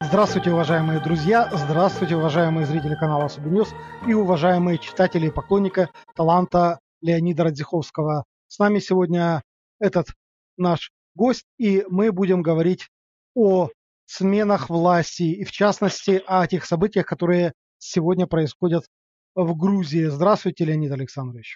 Здравствуйте, уважаемые друзья, здравствуйте, уважаемые зрители канала Субньюз и уважаемые читатели и поклонники таланта Леонида Радзиховского. С нами сегодня этот наш гость, и мы будем говорить о сменах власти и, в частности, о тех событиях, которые сегодня происходят в Грузии. Здравствуйте, Леонид Александрович.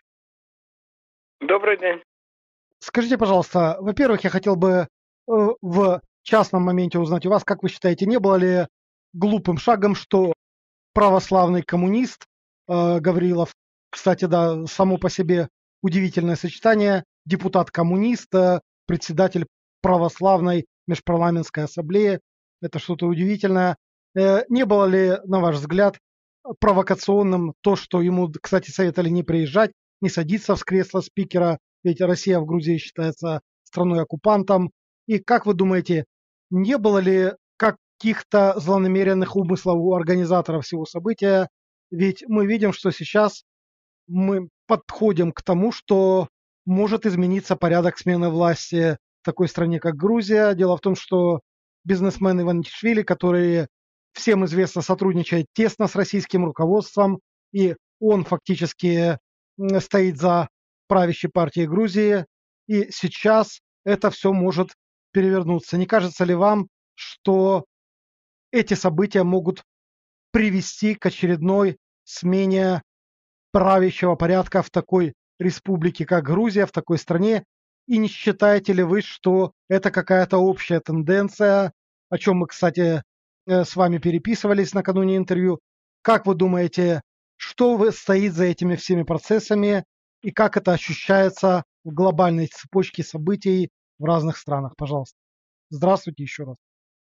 Добрый день. Скажите, пожалуйста, во-первых, я хотел бы в частном моменте узнать у вас, как вы считаете, не было ли глупым шагом, что православный коммунист Гаврилов, кстати, да, само по себе удивительное сочетание, депутат-коммунист, председатель православной межпарламентской ассамблеи, это что-то удивительное. Не было ли, на ваш взгляд, провокационным то, что ему, кстати, советовали не приезжать, не садиться в кресло спикера, ведь Россия в Грузии считается страной-оккупантом. И как вы думаете, не было ли каких-то злонамеренных умыслов у организаторов всего события? Ведь мы видим, что сейчас мы подходим к тому, что может измениться порядок смены власти в такой стране, как Грузия. Дело в том, что бизнесмен Иванишвили, который, всем известно, сотрудничает тесно с российским руководством, и он фактически стоит за правящей партией Грузии, и сейчас это все может перевернуться. Не кажется ли вам, что эти события могут привести к очередной смене правящего порядка в такой республике, как Грузия, в такой стране? И не считаете ли вы, что это какая-то общая тенденция, о чем мы, кстати, с вами переписывались накануне интервью? Как вы думаете, что стоит за этими всеми процессами и как это ощущается в глобальной цепочке событий в разных странах? Пожалуйста. Здравствуйте еще раз.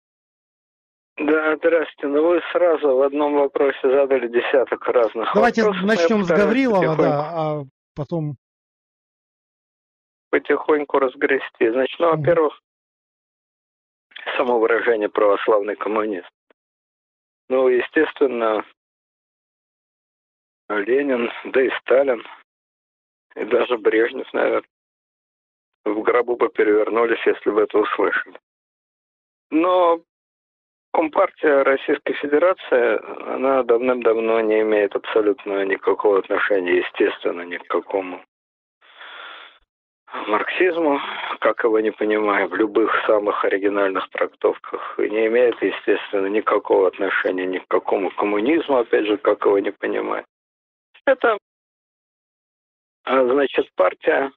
Да, здравствуйте. Ну вы сразу в одном вопросе задали десяток разных Давайте вопросов. начнем с Гаврилова, потихоньку, да, а потом... потихоньку разгрести. Значит, ну, во-первых, само выражение православный коммунист. Ну, естественно, Ленин, да и Сталин, и даже Брежнев, наверное, в гробу бы перевернулись, если бы это услышали. Но Компартия Российской Федерации, она давным-давно не имеет абсолютно никакого отношения, естественно, ни к какому марксизму, как его не понимаю, в любых самых оригинальных трактовках, и не имеет, естественно, никакого отношения ни к какому коммунизму, опять же, как его не понимаю. Это, значит, партия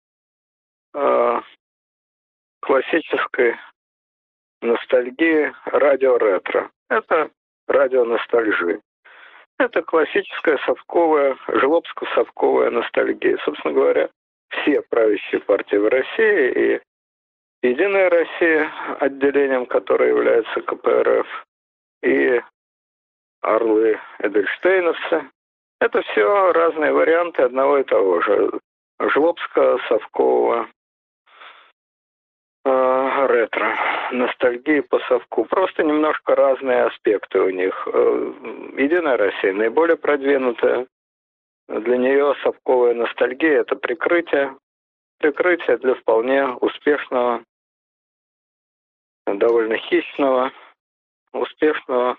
классической ностальгии радио-ретро. Это радио-ностальжи. Это классическая совковая, жлобско-совковая ностальгия. Собственно говоря, все правящие партии в России и Единая Россия, отделением которой является КПРФ, и Орлы Эдельштейновцы, это все разные варианты одного и того же. Жлобско-совкового ретро, ностальгии по совку. Просто немножко разные аспекты у них. Единая Россия наиболее продвинутая. Для нее совковая ностальгия – это прикрытие. Прикрытие для вполне успешного, довольно хищного, успешного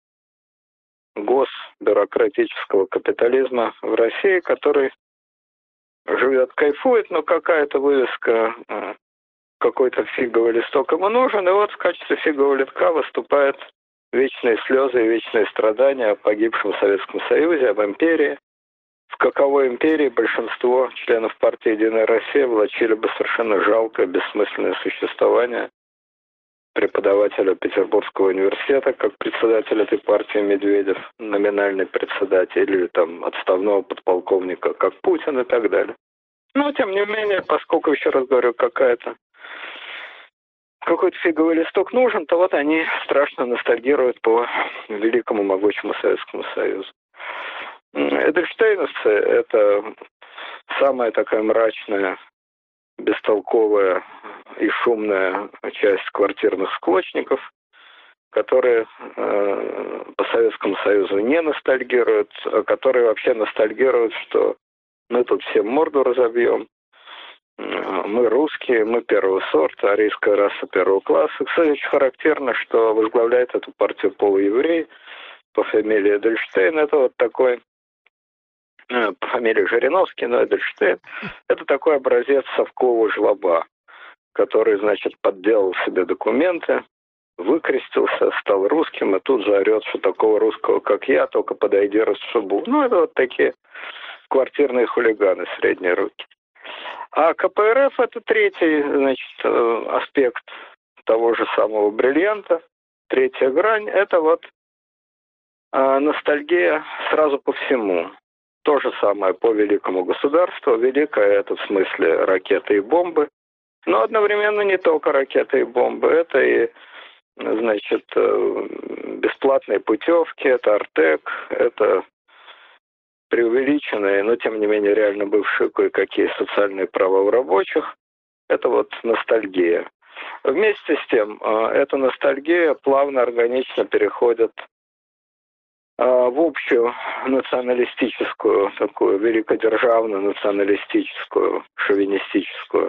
госбюрократического капитализма в России, который живет, кайфует, но какая-то вывеска, какой-то фиговый листок ему нужен, и вот в качестве фигового листка выступают вечные слезы и вечные страдания о погибшем Советском Союзе, об империи. В каковой империи большинство членов партии «Единая Россия» влачили бы совершенно жалкое, бессмысленное существование преподавателя Петербургского университета, как председатель этой партии Медведев, номинальный председатель, или там отставного подполковника, как Путин и так далее. Но, тем не менее, поскольку, еще раз говорю, какой-то фиговый листок нужен, то вот они страшно ностальгируют по великому могучему Советскому Союзу. Эдельштейновцы – это самая такая мрачная, бестолковая и шумная часть квартирных склочников, которые по Советскому Союзу не ностальгируют, а которые вообще ностальгируют, что мы тут всем морду разобьем, Мы русские, мы первого сорта, арийская раса первого класса. Кстати, очень характерно, что возглавляет эту партию полуеврей по фамилии Эдельштейн. Это вот такой, по фамилии Жириновский, но Эдельштейн. Это такой образец совкового жлоба, который, значит, подделал себе документы, выкрестился, стал русским, и тут же орет, что такого русского, как я, только подойди, расшибу. Ну, это вот такие квартирные хулиганы средней руки. А КПРФ — это третий, значит, аспект того же самого бриллианта, третья грань — это вот ностальгия сразу по всему. То же самое по великому государству. Великое — это в смысле ракеты и бомбы, но одновременно не только ракеты и бомбы, это и, значит, бесплатные путевки, это Артек, это преувеличенные, но тем не менее реально бывшие кое-какие социальные права у рабочих. Это вот ностальгия. Вместе с тем, эта ностальгия плавно, органично переходит в общую националистическую, такую великодержавную националистическую, шовинистическую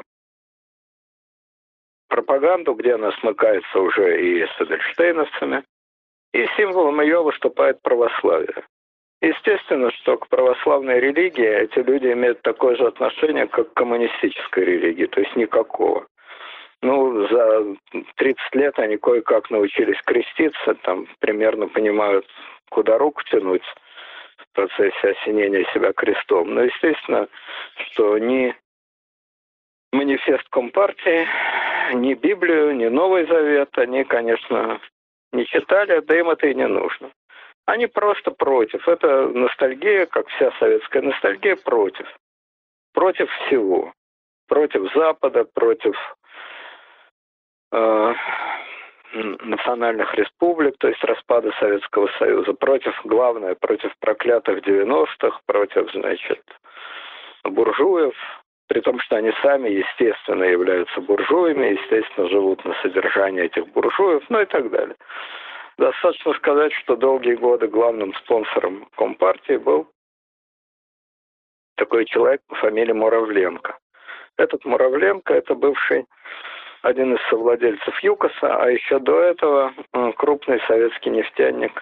пропаганду, где она смыкается уже и с эдельштейновцами, и символом ее выступает православие. Естественно, что к православной религии эти люди имеют такое же отношение, как к коммунистической религии, то есть никакого. Ну, за 30 лет они кое-как научились креститься, там примерно понимают, куда руку тянуть в процессе осенения себя крестом. Но, естественно, что ни манифест Компартии, ни Библию, ни Новый Завет они, конечно, не читали, да им это и не нужно. Они просто против. Это ностальгия, как вся советская ностальгия, против. Против всего. Против Запада, против национальных республик, то есть распада Советского Союза. Против, главное, против проклятых 90-х, против, значит, буржуев. При том, что они сами, естественно, являются буржуями, естественно, живут на содержании этих буржуев, ну и так далее. Достаточно сказать, что долгие годы главным спонсором Компартии был такой человек по фамилии Муравленко. Этот Муравленко — это бывший один из совладельцев ЮКОСа, а еще до этого крупный советский нефтяник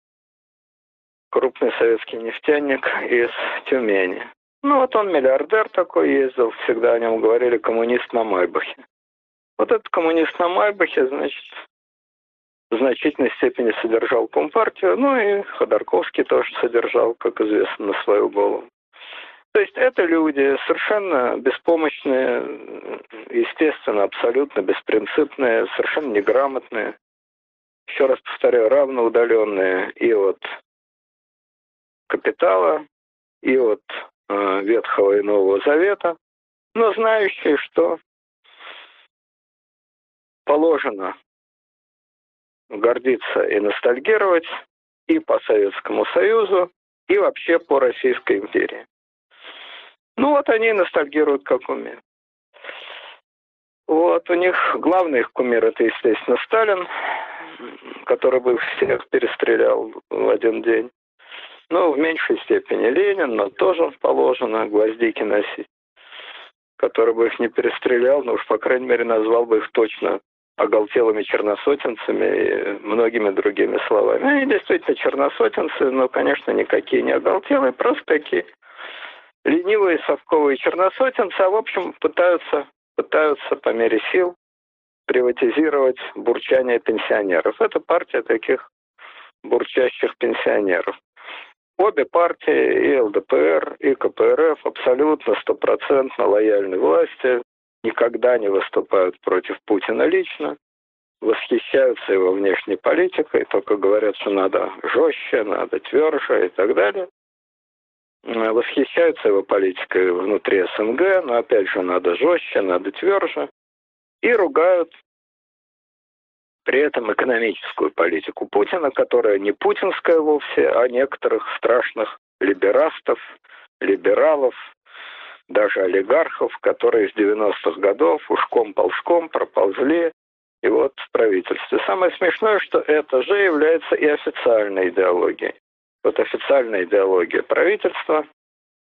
из Тюмени. Ну вот он миллиардер такой ездил, всегда о нем говорили коммунист на Майбахе. Вот этот коммунист на Майбахе, значит, в значительной степени содержал Компартию, ну и Ходорковский тоже содержал, как известно, на свою голову. То есть это люди совершенно беспомощные, естественно, абсолютно беспринципные, совершенно неграмотные, еще раз повторяю, равноудаленные и от капитала, и от Ветхого и Нового Завета, но знающие, что положено гордиться и ностальгировать и по Советскому Союзу, и вообще по Российской империи. Ну вот они ностальгируют, как умеют. Вот у них главный их кумир — это, естественно, Сталин, который бы их всех перестрелял в один день. Ну, в меньшей степени Ленин, но тоже положено гвоздики носить, который бы их не перестрелял, но уж, по крайней мере, назвал бы их точно оголтелыми черносотенцами и многими другими словами. Они действительно черносотенцы, но, конечно, никакие не оголтелые, просто такие ленивые совковые черносотенцы, а в общем пытаются по мере сил приватизировать бурчание пенсионеров. Это партия таких бурчащих пенсионеров. Обе партии, и ЛДПР, и КПРФ, абсолютно стопроцентно лояльны власти, никогда не выступают против Путина лично, восхищаются его внешней политикой, только говорят, что надо жестче, надо тверже и так далее. Восхищаются его политикой внутри СНГ, но опять же надо жестче, надо тверже. И ругают при этом экономическую политику Путина, которая не путинская вовсе, а некоторых страшных либерастов, либералов, даже олигархов, которые с 90-х годов ушком-ползком проползли и вот в правительстве. Самое смешное, что это же является и официальной идеологией. Вот официальная идеология правительства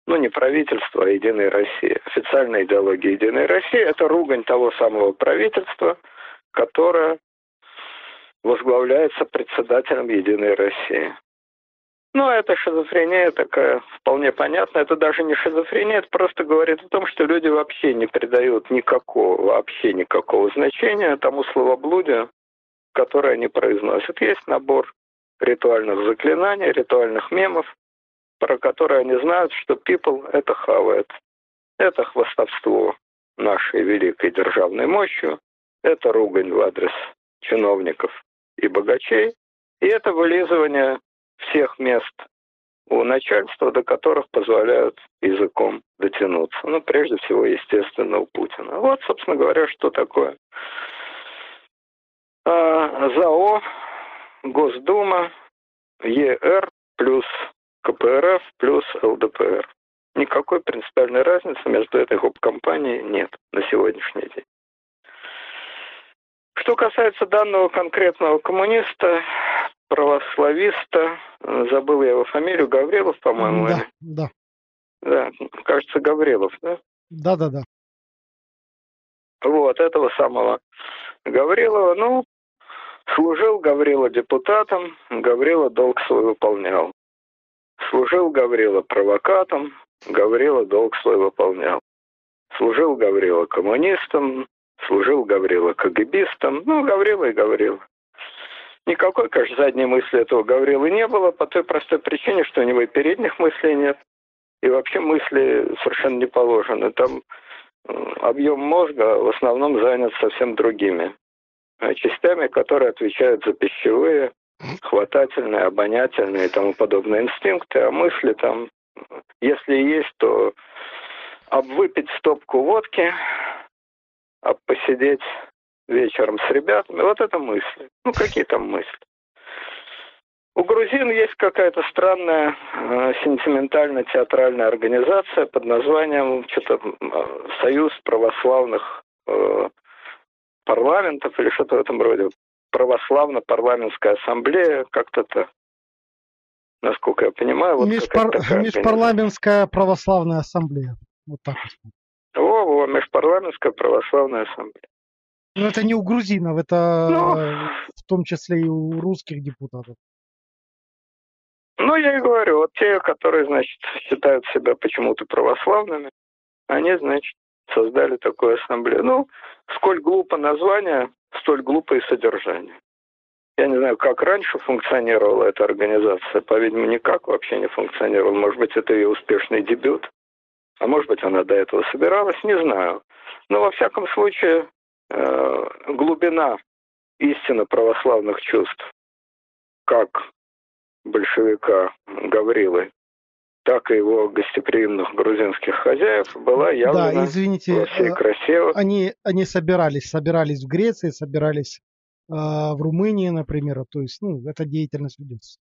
ну, не правительства, а Единой России. Официальная идеология Единой России – это ругань того самого правительства, которое возглавляется председателем Единой России. Ну, это шизофрения такая вполне понятная. Это даже не шизофрения, это просто говорит о том, что люди вообще не придают вообще никакого значения тому словоблудию, которое они произносят. Есть набор ритуальных заклинаний, ритуальных мемов, про которые они знают, что people это хавает. Это хвастовство нашей великой державной мощью, это ругань в адрес чиновников и богачей, и это вылизывание всех мест у начальства, до которых позволяют языком дотянуться. Ну, прежде всего, естественно, у Путина. Вот, собственно говоря, что такое ЗАО, Госдума, ЕР плюс КПРФ плюс ЛДПР. Никакой принципиальной разницы между этой гоп-компанией нет на сегодняшний день. Что касается данного конкретного коммуниста, православиста, забыл я его фамилию, Гаврилов, по-моему. Да. Да, кажется, Гаврилов, да? Да. Вот, этого самого Гаврилова, ну, служил Гаврила депутатом, Гаврила долг свой выполнял. Служил Гаврила провокатом, Гаврила долг свой выполнял. Служил Гаврила коммунистом, служил Гаврила КГБистом, ну, Гаврила и Гаврила. Никакой, конечно, задней мысли этого Гаврилы не было, по той простой причине, что у него и передних мыслей нет, и вообще мысли совершенно не положены. Там объем мозга в основном занят совсем другими частями, которые отвечают за пищевые, хватательные, обонятельные и тому подобные инстинкты, а мысли там, если и есть, то обвыпить стопку водки, посидеть вечером с ребятами, вот это мысли. Ну, какие там мысли? У грузин есть какая-то странная сентиментально-театральная организация под названием Союз православных парламентов или что-то в этом роде. Православно-парламентская ассамблея, как-то, насколько я понимаю. Вот Межпарламентская православная ассамблея. Вот так вот. Межпарламентская православная ассамблея. Ну, это не у грузинов, это в том числе и у русских депутатов. Ну, я и говорю, вот те, которые, значит, считают себя почему-то православными, они, значит, создали такую ассамблею. Ну, сколь глупо название, столь глупо и содержание. Я не знаю, как раньше функционировала эта организация. По-видимому, никак вообще не функционировала. Может быть, это ее успешный дебют. А может быть, она до этого собиралась, не знаю. Но, во всяком случае, глубина истинно православных чувств, как большевика Гаврилы, так и его гостеприимных грузинских хозяев, была явлена во всей красе. Они собирались в Греции, собирались в Румынии, например, то есть, эта деятельность ведется.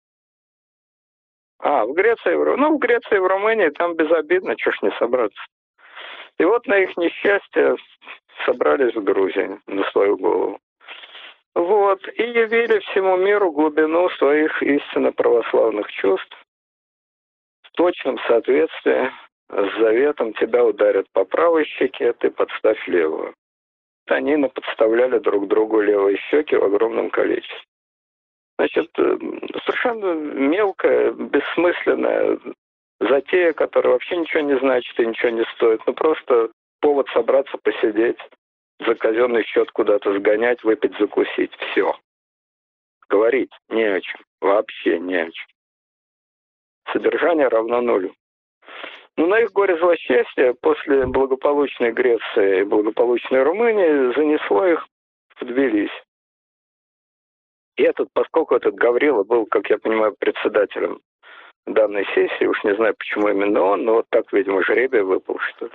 В Греции и в Румынии там безобидно, чего ж не собраться. И вот на их несчастье собрались в Грузии на свою голову. Вот, и явили всему миру глубину своих истинно православных чувств в точном соответствии с заветом: тебя ударят по правой щеке, ты подставь левую. Они наподставляли друг другу левые щеки в огромном количестве. Значит, совершенно мелкая, бессмысленная затея, которая вообще ничего не значит и ничего не стоит. Просто повод собраться, посидеть, за казенный счет куда-то сгонять, выпить, закусить. Все. Говорить не о чем. Вообще не о чем. Содержание равно нулю. Но на их горе злосчастье после благополучной Греции и благополучной Румынии занесло их в Тбилиси. И поскольку этот Гаврила был, как я понимаю, председателем данной сессии, уж не знаю, почему именно он, но вот так, видимо, жребий выпал, что ли.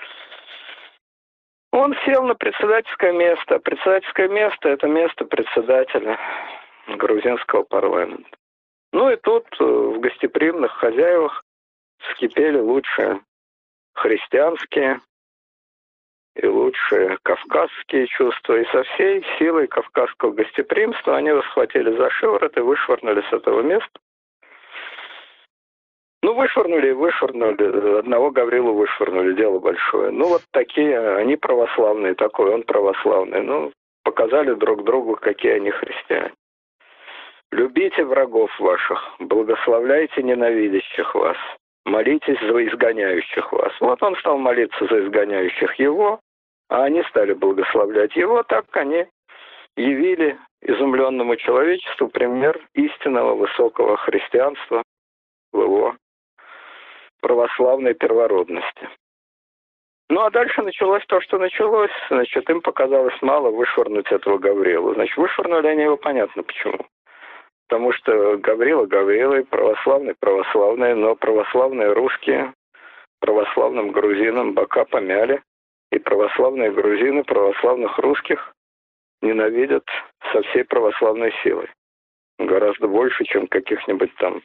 Он сел на председательское место. Председательское место – это место председателя грузинского парламента. Ну и тут в гостеприимных хозяевах вскипели лучшие христианские и лучшие кавказские чувства. И со всей силой кавказского гостеприимства они его схватили за шиворот и вышвырнули с этого места. Ну, вышвырнули и вышвырнули. Одного Гаврилу вышвырнули, дело большое. Ну, вот такие, они православные, такой он православный. Ну, показали друг другу, какие они христиане. Любите врагов ваших, благословляйте ненавидящих вас, молитесь за изгоняющих вас. Вот он стал молиться за изгоняющих его, а они стали благословлять его. Так они явили изумленному человечеству пример истинного высокого христианства в его православной первородности. Ну, а дальше началось то, что началось. Значит, им показалось мало вышвырнуть этого Гаврилу. Значит, вышвырнули они его, понятно почему. Потому что Гаврила, православные, но православные русские православным грузинам бока помяли. И православные грузины православных русских ненавидят со всей православной силой. Гораздо больше, чем каких-нибудь там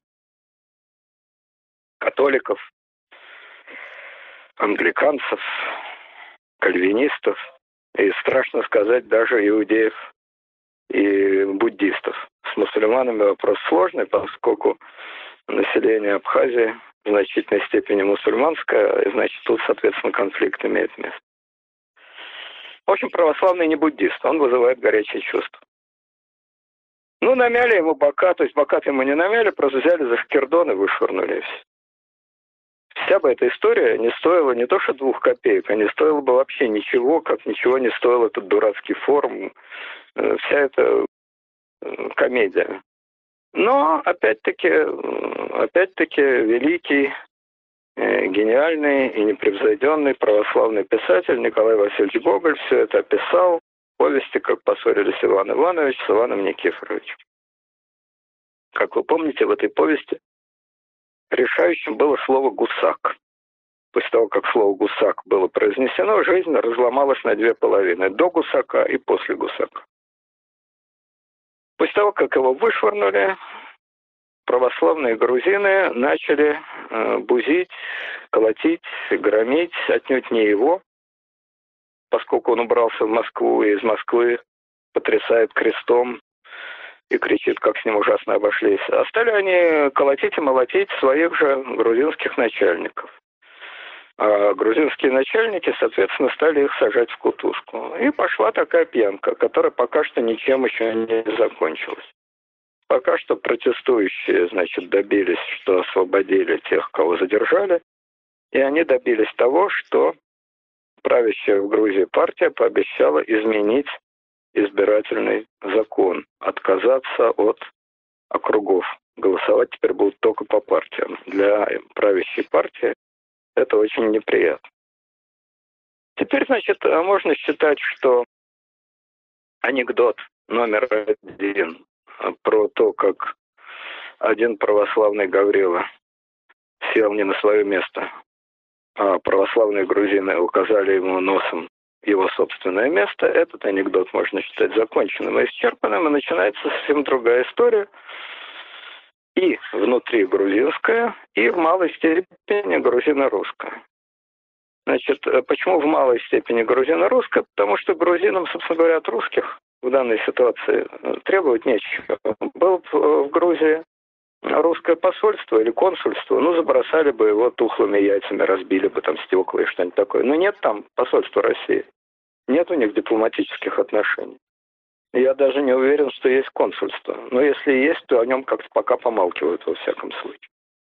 католиков, англиканцев, кальвинистов и, страшно сказать, даже иудеев и буддистов. С мусульманами вопрос сложный, поскольку население Абхазии в значительной степени мусульманское, и, значит, тут, соответственно, конфликт имеет место. В общем, православный не буддист, он вызывает горячие чувства. Ну, намяли ему бока, то есть бока-то ему не намяли, просто взяли за шкирдон и вышвырнули и все. Вся бы эта история не стоила не то что 2 копеек, а не стоила бы вообще ничего, как ничего не стоил этот дурацкий форум, вся эта комедия. Но, опять-таки, великий, гениальный и непревзойденный православный писатель Николай Васильевич Гоголь все это описал в повести «Как поссорились Иван Иванович с Иваном Никифоровичем». Как вы помните, в этой повести решающим было слово «гусак». После того, как слово «гусак» было произнесено, жизнь разломалась на 2 половины. До гусака и после гусака. После того, как его вышвырнули, православные грузины начали бузить, колотить, громить, отнюдь не его, поскольку он убрался в Москву и из Москвы потрясает крестом и кричит, как с ним ужасно обошлись. А стали они колотить и молотить своих же грузинских начальников. А грузинские начальники, соответственно, стали их сажать в кутузку. И пошла такая пьянка, которая пока что ничем еще не закончилась. Пока что протестующие, значит, добились, что освободили тех, кого задержали. И они добились того, что правящая в Грузии партия пообещала изменить избирательный закон, отказаться от округов. Голосовать теперь будут только по партиям. Для правящей партии это очень неприятно. Теперь, значит, можно считать, что анекдот номер 1 про то, как один православный Гаврила сел не на свое место, а православные грузины указали ему носом его собственное место, этот анекдот можно считать законченным и исчерпанным, и начинается совсем другая история, и внутри грузинская, и в малой степени грузино-русская. Значит, почему в малой степени грузино-русская? Потому что грузинам, собственно говоря, от русских в данной ситуации требовать нечего. Было в Грузии русское посольство или консульство, ну, забросали бы его тухлыми яйцами, разбили бы там стекла и что-нибудь такое. Но нет там посольства России. Нет у них дипломатических отношений. Я даже не уверен, что есть консульство. Но если есть, то о нем как-то пока помалкивают во всяком случае.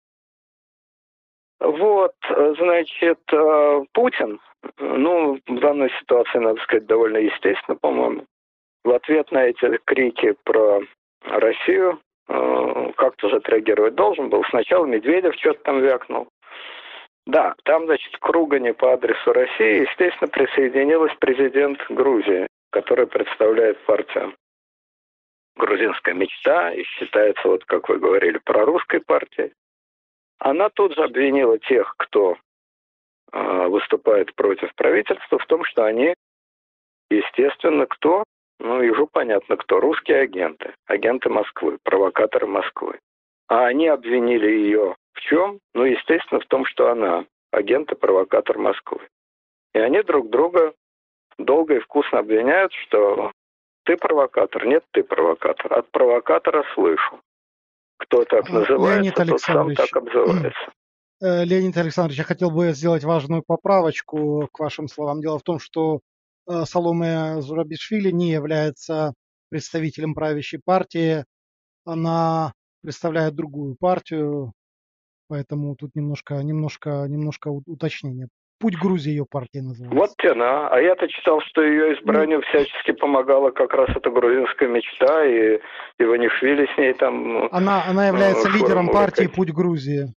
Вот, значит, Путин, ну, в данной ситуации, надо сказать, довольно естественно, по-моему, в ответ на эти крики про Россию как-то же отреагировать должен был. Сначала Медведев что-то там вякнул. Да, там, значит, к ругани по адресу России, естественно, присоединилась президент Грузии, которая представляет партию «Грузинская мечта» и считается, вот как вы говорили, прорусской партией. Она тут же обвинила тех, кто выступает против правительства, в том, что они, естественно, кто? Ну, ежу понятно, кто. Русские агенты. Агенты Москвы, провокаторы Москвы. А они обвинили ее в чем? Ну, естественно, в том, что она агент и провокатор Москвы. И они друг друга долго и вкусно обвиняют, что ты провокатор, нет, ты провокатор. От провокатора слышу. Кто так называется, тот сам так обзывается. Леонид Александрович, я хотел бы сделать важную поправочку к вашим словам. Дело в том, что Саломе Зурабишвили не является представителем правящей партии. Она представляет другую партию, поэтому тут немножко уточнения. «Путь Грузии» ее партия Вот называется. тена. А я-то читал, что ее избранию всячески помогала как раз эта грузинская мечта, и Иванишвили с ней там Она является лидером партии шуры-муры. «Путь Грузии».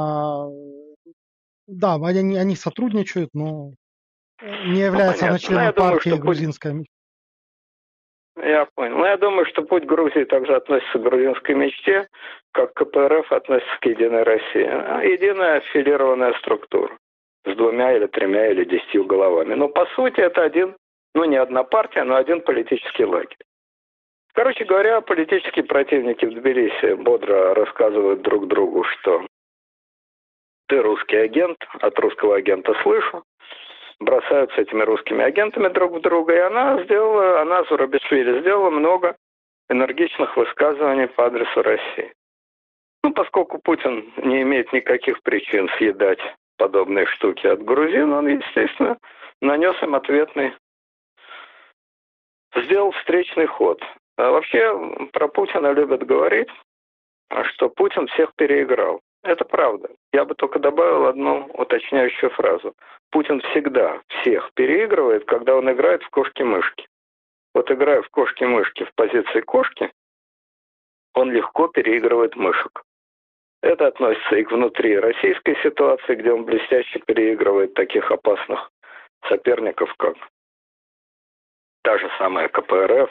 Да, они сотрудничают, но не Ну, является она понятно. Но я членом думаю, партии что путь... грузинская мечта. Я понял. Но я думаю, что путь Грузии также относится к грузинской мечте, как КПРФ относится к Единой России. Единая аффилированная структура с 2 или 3 или 10 головами. Но по сути это один, не одна партия, но один политический лагерь. Короче говоря, политические противники в Тбилиси бодро рассказывают друг другу, что ты русский агент, от русского агента слышу, бросаются этими русскими агентами друг в друга, и она, Зурабишвили, сделала много энергичных высказываний по адресу России. Поскольку Путин не имеет никаких причин съедать подобные штуки от грузин, он, естественно, нанес им сделал встречный ход. А вообще про Путина любят говорить, что Путин всех переиграл. Это правда. Я бы только добавил одну уточняющую фразу. Путин всегда всех переигрывает, когда он играет в кошки-мышки. Вот играя в кошки-мышки в позиции кошки, он легко переигрывает мышек. Это относится и к внутри российской ситуации, где он блестяще переигрывает таких опасных соперников, как та же самая КПРФ,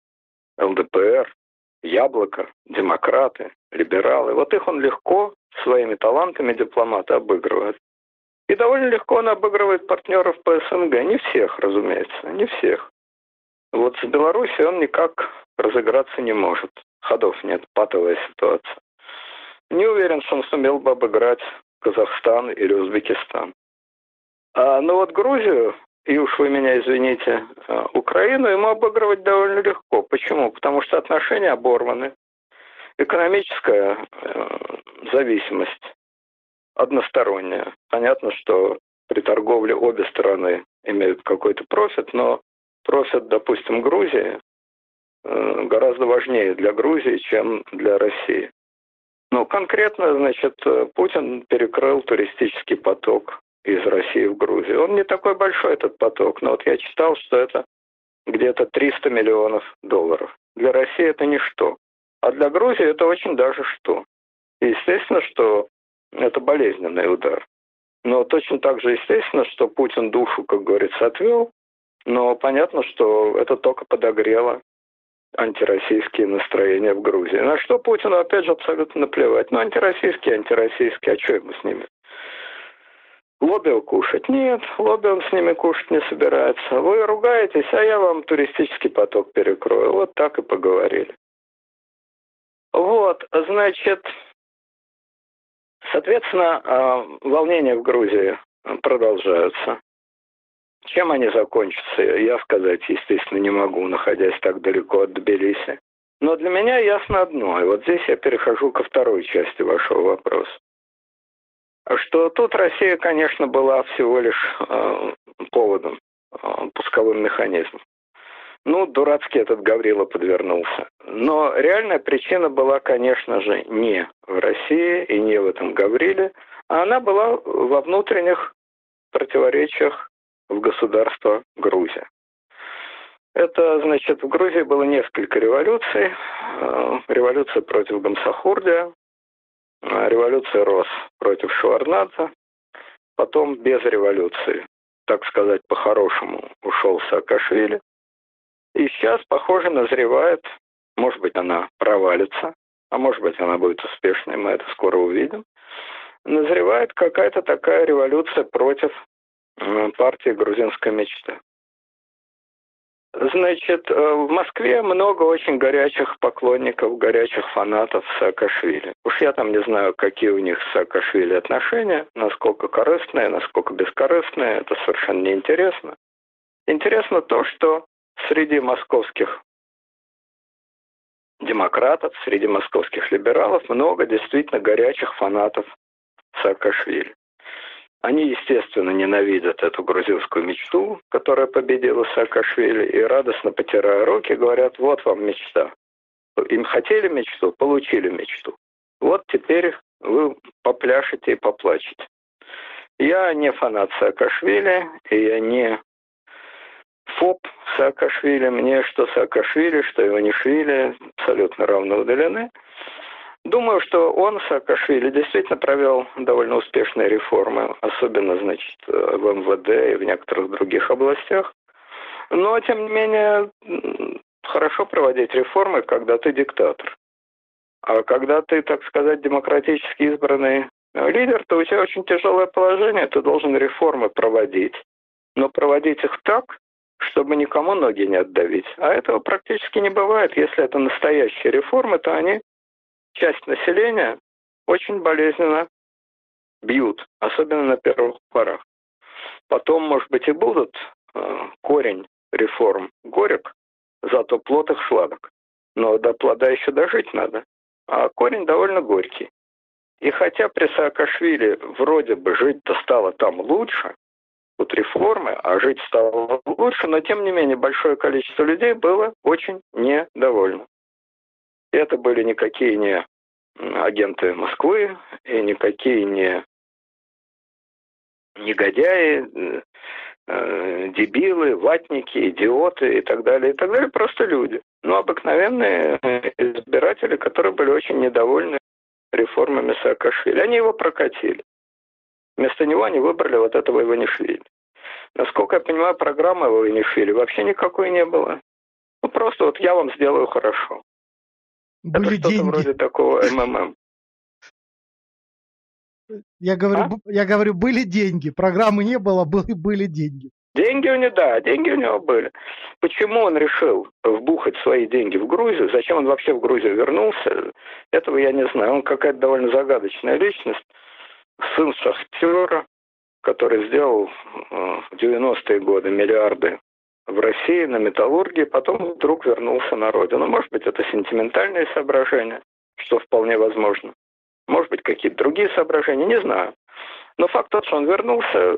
ЛДПР, Яблоко, демократы, либералы. Вот их он легко своими талантами дипломата обыгрывает. И довольно легко он обыгрывает партнеров по СНГ. Не всех, разумеется, не всех. Вот с Белоруссией он никак разыграться не может. Ходов нет, патовая ситуация. Не уверен, что он сумел бы обыграть Казахстан или Узбекистан. Но вот Грузию, и уж вы меня извините, Украину ему обыгрывать довольно легко. Почему? Потому что отношения оборваны. Экономическая зависимость односторонняя. Понятно, что при торговле обе стороны имеют какой-то профит, но профит, допустим, Грузии гораздо важнее для Грузии, чем для России. Конкретно, значит, Путин перекрыл туристический поток из России в Грузию. Он не такой большой, этот поток, но вот я читал, что это где-то 300 миллионов долларов. Для России это ничто. А для Грузии это очень даже что. И естественно, что это болезненный удар. Но точно так же естественно, что Путин душу, как говорится, отвел. Но понятно, что это только подогрело антироссийские настроения в Грузии. На что Путину, опять же, абсолютно наплевать. Антироссийские, а что ему с ними? Лобио кушать? Нет, лобио он с ними кушать не собирается. Вы ругаетесь, а я вам туристический поток перекрою. Вот так и поговорили. Вот, значит, соответственно, волнения в Грузии продолжаются. Чем они закончатся, я сказать, естественно, не могу, находясь так далеко от Тбилиси. Но для меня ясно одно, и вот здесь я перехожу ко второй части вашего вопроса. Что тут Россия, конечно, была всего лишь поводом, пусковым механизмом. Дурацкий этот Гаврила подвернулся. Но реальная причина была, конечно же, не в России и не в этом Гавриле, а она была во внутренних противоречиях в государство Грузия. Это, значит, в Грузии было несколько революций. Революция против Гамсахурдия, революция РОС против Шеварднадзе, потом без революции, так сказать, по-хорошему ушел Саакашвили. И сейчас, похоже, назревает, может быть, она провалится, а может быть, она будет успешной, мы это скоро увидим, назревает какая-то такая революция против партии «Грузинская мечта». Значит, в Москве много очень горячих поклонников, горячих фанатов Саакашвили. Уж я там не знаю, какие у них с Саакашвили отношения, насколько корыстные, насколько бескорыстные, это совершенно неинтересно. Интересно то, что среди московских демократов, среди московских либералов много действительно горячих фанатов Саакашвили. Они, естественно, ненавидят эту грузинскую мечту, которая победила Саакашвили, и радостно потирая руки говорят: вот вам мечта. Им хотели мечту, получили мечту. Вот теперь вы попляшете и поплачете. Я не фанат Саакашвили, и я не ФОП Саакашвили. Мне что Саакашвили, что Иванишвили абсолютно равно удалены. Думаю, что он, Саакашвили, действительно провел довольно успешные реформы, особенно, значит, в МВД и в некоторых других областях. Но, тем не менее, хорошо проводить реформы, когда ты диктатор. А когда ты, так сказать, демократически избранный лидер, то у тебя очень тяжелое положение, ты должен реформы проводить. Но проводить их так, чтобы никому ноги не отдавить. А этого практически не бывает. Если это настоящие реформы, то они часть населения очень болезненно бьют, особенно на первых порах. Потом, может быть, и будут корень реформ горек, зато плод их сладок. Но до плода еще дожить надо. А корень довольно горький. И хотя при Саакашвили вроде бы жить-то стало там лучше, тут реформы, а жить стало лучше, но тем не менее большое количество людей было очень недовольно. И это были никакие не агенты Москвы, и никакие не негодяи, дебилы, ватники, идиоты и так далее, просто люди. Ну, обыкновенные избиратели, которые были очень недовольны реформами Саакашвили. Они его прокатили. Вместо него они выбрали вот этого Иванишвили. Насколько я понимаю, программы Иванишвили вообще никакой не было. Ну, просто вот я вам сделаю хорошо. Были это что-то деньги. Вроде такого МММ. Я говорю, были деньги. Программы не было, были деньги. Деньги у него были. Почему он решил вбухать свои деньги в Грузию? Зачем он вообще в Грузию вернулся? Этого я не знаю. Он какая-то довольно загадочная личность. Сын шахтера, который сделал в 90-е годы миллиарды в России на металлургии, потом вдруг вернулся на родину. Может быть, это сентиментальные соображения, что вполне возможно. Может быть, какие-то другие соображения, не знаю. Но факт тот, что он вернулся,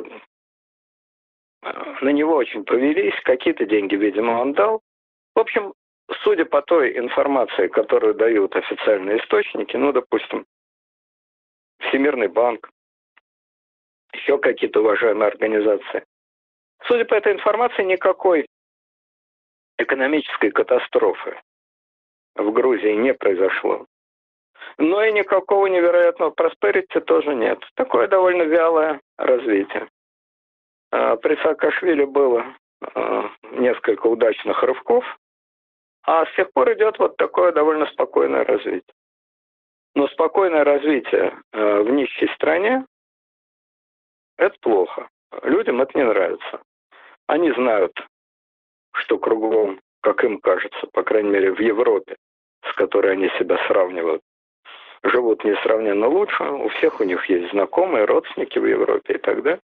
на него очень повелись, какие-то деньги, видимо, он дал. В общем, судя по той информации, которую дают официальные источники, ну, допустим, Всемирный банк, еще какие-то уважаемые организации, судя по этой информации, никакой экономической катастрофы в Грузии не произошло. Но и никакого невероятного просперити тоже нет. Такое довольно вялое развитие. При Саакашвили было несколько удачных рывков, а с тех пор идет вот такое довольно спокойное развитие. Но спокойное развитие в нищей стране – это плохо. Людям это не нравится. Они знают, что кругом, как им кажется, по крайней мере в Европе, с которой они себя сравнивают, живут несравненно лучше. У всех у них есть знакомые, родственники в Европе и так далее.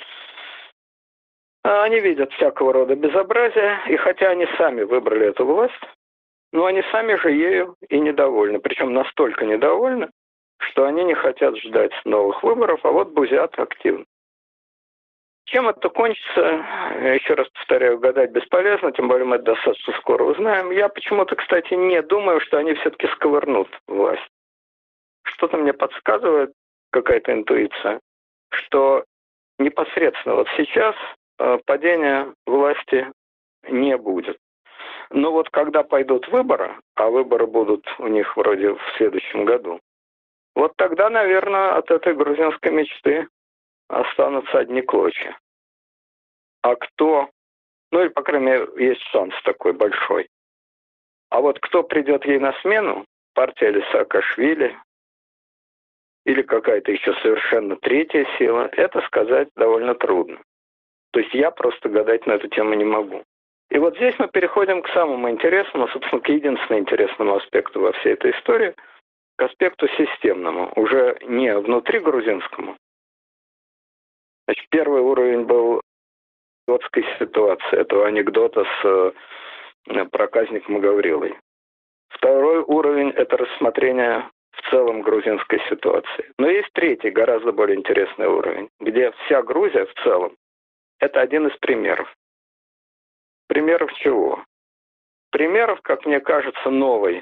Они видят всякого рода безобразие, и хотя они сами выбрали эту власть, но они сами же ею и недовольны. Причем настолько недовольны, что они не хотят ждать новых выборов, а вот бузят активно. Чем это кончится, еще раз повторяю, гадать бесполезно, тем более мы это достаточно скоро узнаем. Я почему-то, кстати, не думаю, что они все-таки сковырнут власть. Что-то мне подсказывает, какая-то интуиция, что непосредственно вот сейчас падения власти не будет. Но вот когда пойдут выборы, а выборы будут у них вроде в следующем году, вот тогда, наверное, от этой грузинской мечты останутся одни клочья. А кто, ну или, по крайней мере, есть шанс такой большой. А вот кто придет ей на смену, партия или Саакашвили, или какая-то еще совершенно третья сила, это сказать довольно трудно. То есть я просто гадать на эту тему не могу. И вот здесь мы переходим к самому интересному, собственно, к единственному интересному аспекту во всей этой истории, к аспекту системному, уже не внутри грузинскому. Значит, первый уровень был идиотской ситуации, этого анекдота с проказником и Гаврилой. Второй уровень – это рассмотрение в целом грузинской ситуации. Но есть третий, гораздо более интересный уровень, где вся Грузия в целом – это один из примеров. Примеров чего? Примеров, как мне кажется, новой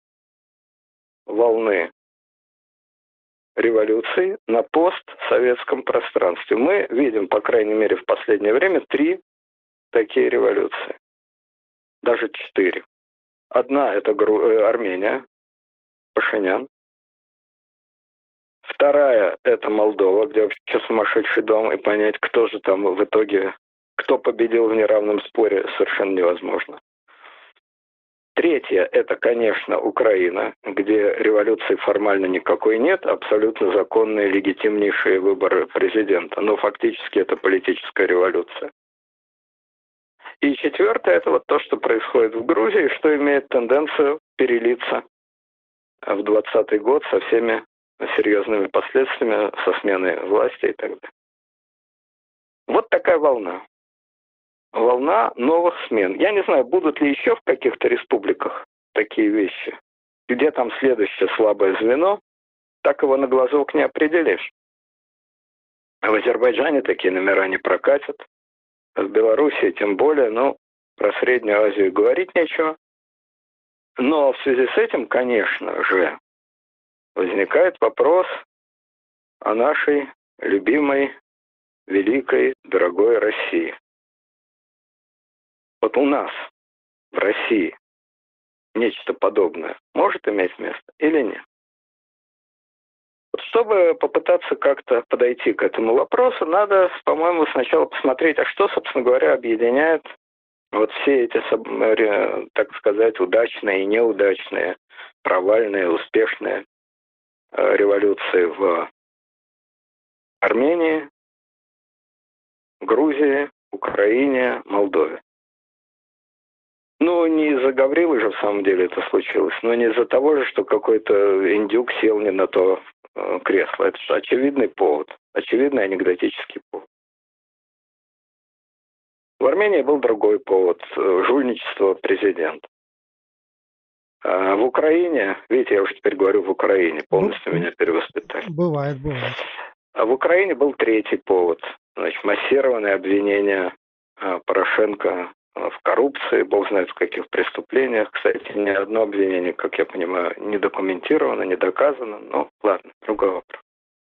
волны революции на постсоветском пространстве. Мы видим, по крайней мере, в последнее время 3 такие революции. Даже 4. Одна – это Армения, Пашинян. Вторая – это Молдова, где вообще сумасшедший дом, и понять, кто же там в итоге, кто победил в неравном споре, совершенно невозможно. Третья – это, конечно, Украина, где революции формально никакой нет, абсолютно законные, легитимнейшие выборы президента, но фактически это политическая революция. И четвертое – это вот то, что происходит в Грузии, что имеет тенденцию перелиться в 2020 год со всеми серьезными последствиями, со сменой власти и так далее. Вот такая волна. Волна новых смен. Я не знаю, будут ли еще в каких-то республиках такие вещи, где там следующее слабое звено, так его на глазок не определишь. В Азербайджане такие номера не прокатят, в Белоруссии тем более, но про Среднюю Азию говорить нечего. Но в связи с этим, конечно же, возникает вопрос о нашей любимой, великой, дорогой России. Вот у нас, в России, нечто подобное может иметь место или нет? Вот чтобы попытаться как-то подойти к этому вопросу, надо, по-моему, сначала посмотреть, а что, собственно говоря, объединяет вот все эти, так сказать, удачные и неудачные, провальные, успешные революции в Армении, Грузии, Украине, Молдове. Ну, не из-за Гаврилы же в самом деле это случилось, но не из-за того же, что какой-то индюк сел не на то кресло. Это же очевидный повод, очевидный анекдотический повод. В Армении был другой повод – жульничество президента. А в Украине, видите, я уже теперь говорю в Украине, полностью меня перевоспитали. Бывает. А в Украине был третий повод. Значит, массированное обвинение Порошенко в коррупции, бог знает в каких преступлениях. Кстати, ни одно обвинение, как я понимаю, не документировано, не доказано. Но ладно, другой вопрос.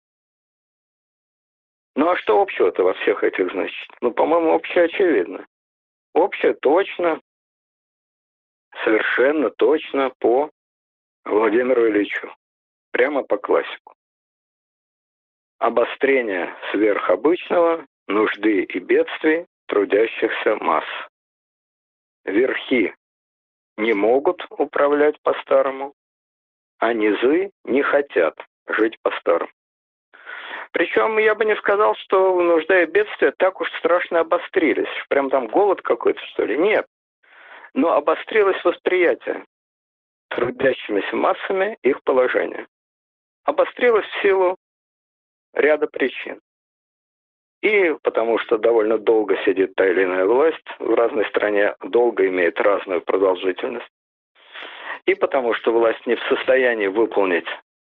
Ну а что общего-то во всех этих, значит? Ну, по-моему, общее очевидно. Общее точно, совершенно точно по Владимиру Ильичу. Прямо по классику. Обострение сверхобычного, нужды и бедствий трудящихся масс. Верхи не могут управлять по-старому, а низы не хотят жить по-старому. Причем я бы не сказал, что нужда и бедствия так уж страшно обострились. Прям там голод какой-то, что ли? Нет. Но обострилось восприятие трудящимися массами их положения. Обострилось в силу ряда причин. И потому что довольно долго сидит та или иная власть, в разной стране долго имеет разную продолжительность. И потому что власть не в состоянии выполнить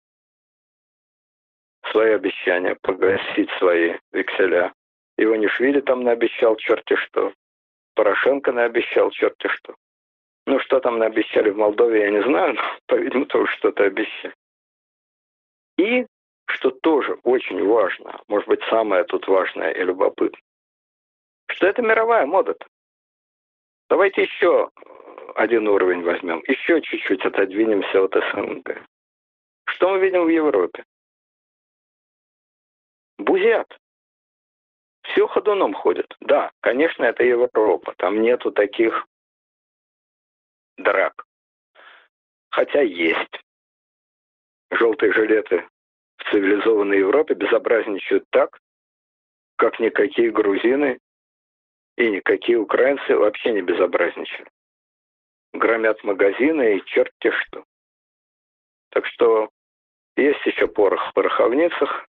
свои обещания, погасить свои векселя. Иванишвили там наобещал черти что. Порошенко наобещал черти что. Ну, что там наобещали в Молдове, я не знаю, но, по-видимому, тоже что-то обещали. И, что тоже очень важно, может быть, самое тут важное и любопытное, что это мировая мода-то. Давайте еще один уровень возьмем, еще чуть-чуть отодвинемся от СНГ. Что мы видим в Европе? Бузят. Все ходуном ходит. Да, конечно, это Европа. Там нету таких драк. Хотя есть. Желтые жилеты в цивилизованной Европе безобразничают так, как никакие грузины и никакие украинцы вообще не безобразничали. Громят магазины и черти что. Так что есть еще порох в пороховницах.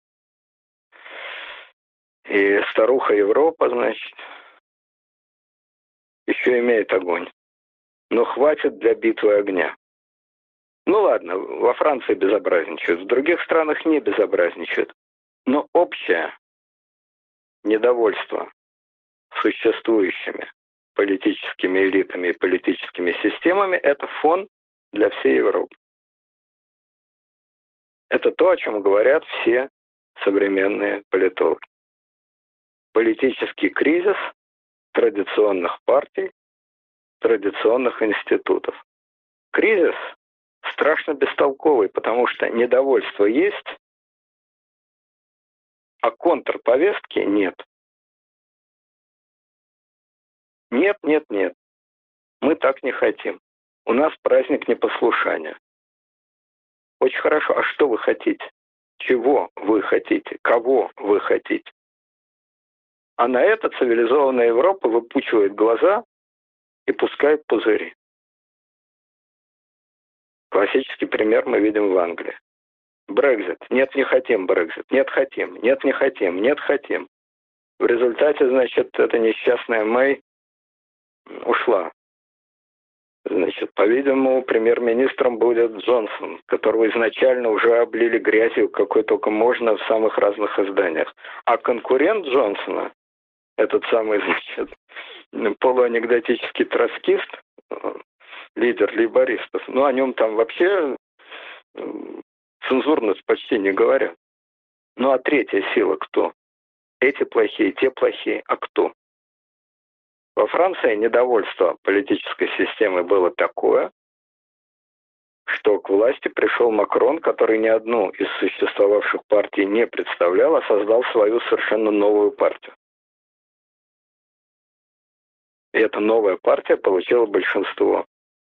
И старуха Европа, значит, еще имеет огонь. Но хватит для битвы огня. Ну ладно, во Франции безобразничают, в других странах не безобразничают. Но общее недовольство существующими политическими элитами и политическими системами – это фон для всей Европы. Это то, о чем говорят все современные политологи. Политический кризис традиционных партий, традиционных институтов. Кризис страшно бестолковый, потому что недовольство есть, а контрповестки нет. Нет, нет, нет. Мы так не хотим. У нас праздник непослушания. Очень хорошо. А что вы хотите? Чего вы хотите? Кого вы хотите? А на это цивилизованная Европа выпучивает глаза и пускает пузыри. Классический пример мы видим в Англии. Брексит. Нет, не хотим Брексит. Нет, хотим. Нет, не хотим. Нет, хотим. В результате, значит, эта несчастная Мэй ушла. Значит, по-видимому, премьер-министром будет Джонсон, которого изначально уже облили грязью, какой только можно, в самых разных изданиях. А конкурент Джонсона, этот самый, значит, полуанекдотический троцкист, лидер лейбористов, ну, о нем там вообще цензурность почти не говорят. Ну, а третья сила кто? Эти плохие, те плохие, а кто? Во Франции недовольство политической системой было такое, что к власти пришел Макрон, который ни одну из существовавших партий не представлял, а создал свою совершенно новую партию. И эта новая партия получила большинство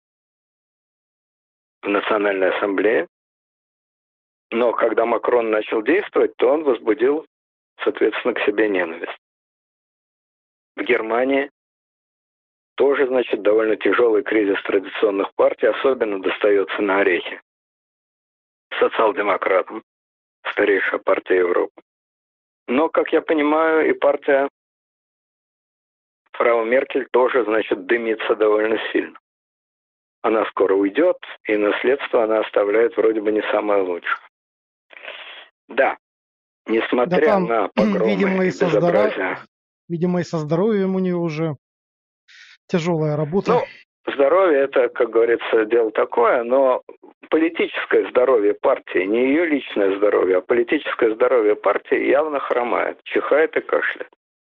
в Национальной ассамблее. Но когда Макрон начал действовать, то он возбудил, соответственно, к себе ненависть. В Германии тоже, значит, довольно тяжелый кризис традиционных партий, особенно достается на орехи социал-демократам, старейшая партия Европы. Но, как я понимаю, и партия фрау Меркель тоже, значит, дымится довольно сильно. Она скоро уйдет, и наследство она оставляет вроде бы не самое лучшее. Да, несмотря на погромы видимо, и безобразие. Видимо, и со здоровьем у нее уже тяжелая работа. Ну, здоровье это, как говорится, дело такое, но политическое здоровье партии, не ее личное здоровье, а политическое здоровье партии явно хромает, чихает и кашляет.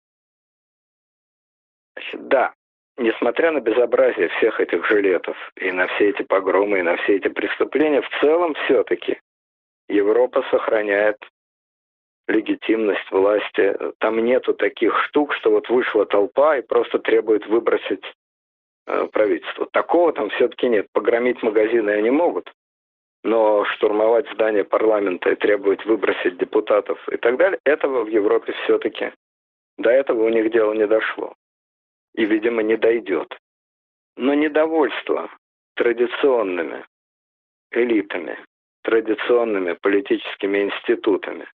Значит, да, несмотря на безобразие всех этих жилетов и на все эти погромы, и на все эти преступления, в целом все-таки Европа сохраняет легитимность власти. Там нету таких штук, что вот вышла толпа и просто требует выбросить правительство. Такого там все-таки нет. Погромить магазины они могут, но штурмовать здание парламента и требовать выбросить депутатов и так далее, этого в Европе все-таки, до этого у них дело не дошло. И, видимо, не дойдет. Но недовольство традиционными элитами, традиционными политическими институтами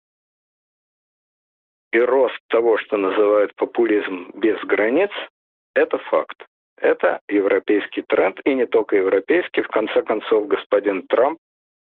и рост того, что называют популизм без границ, это факт. Это европейский тренд, и не только европейский. В конце концов, господин Трамп,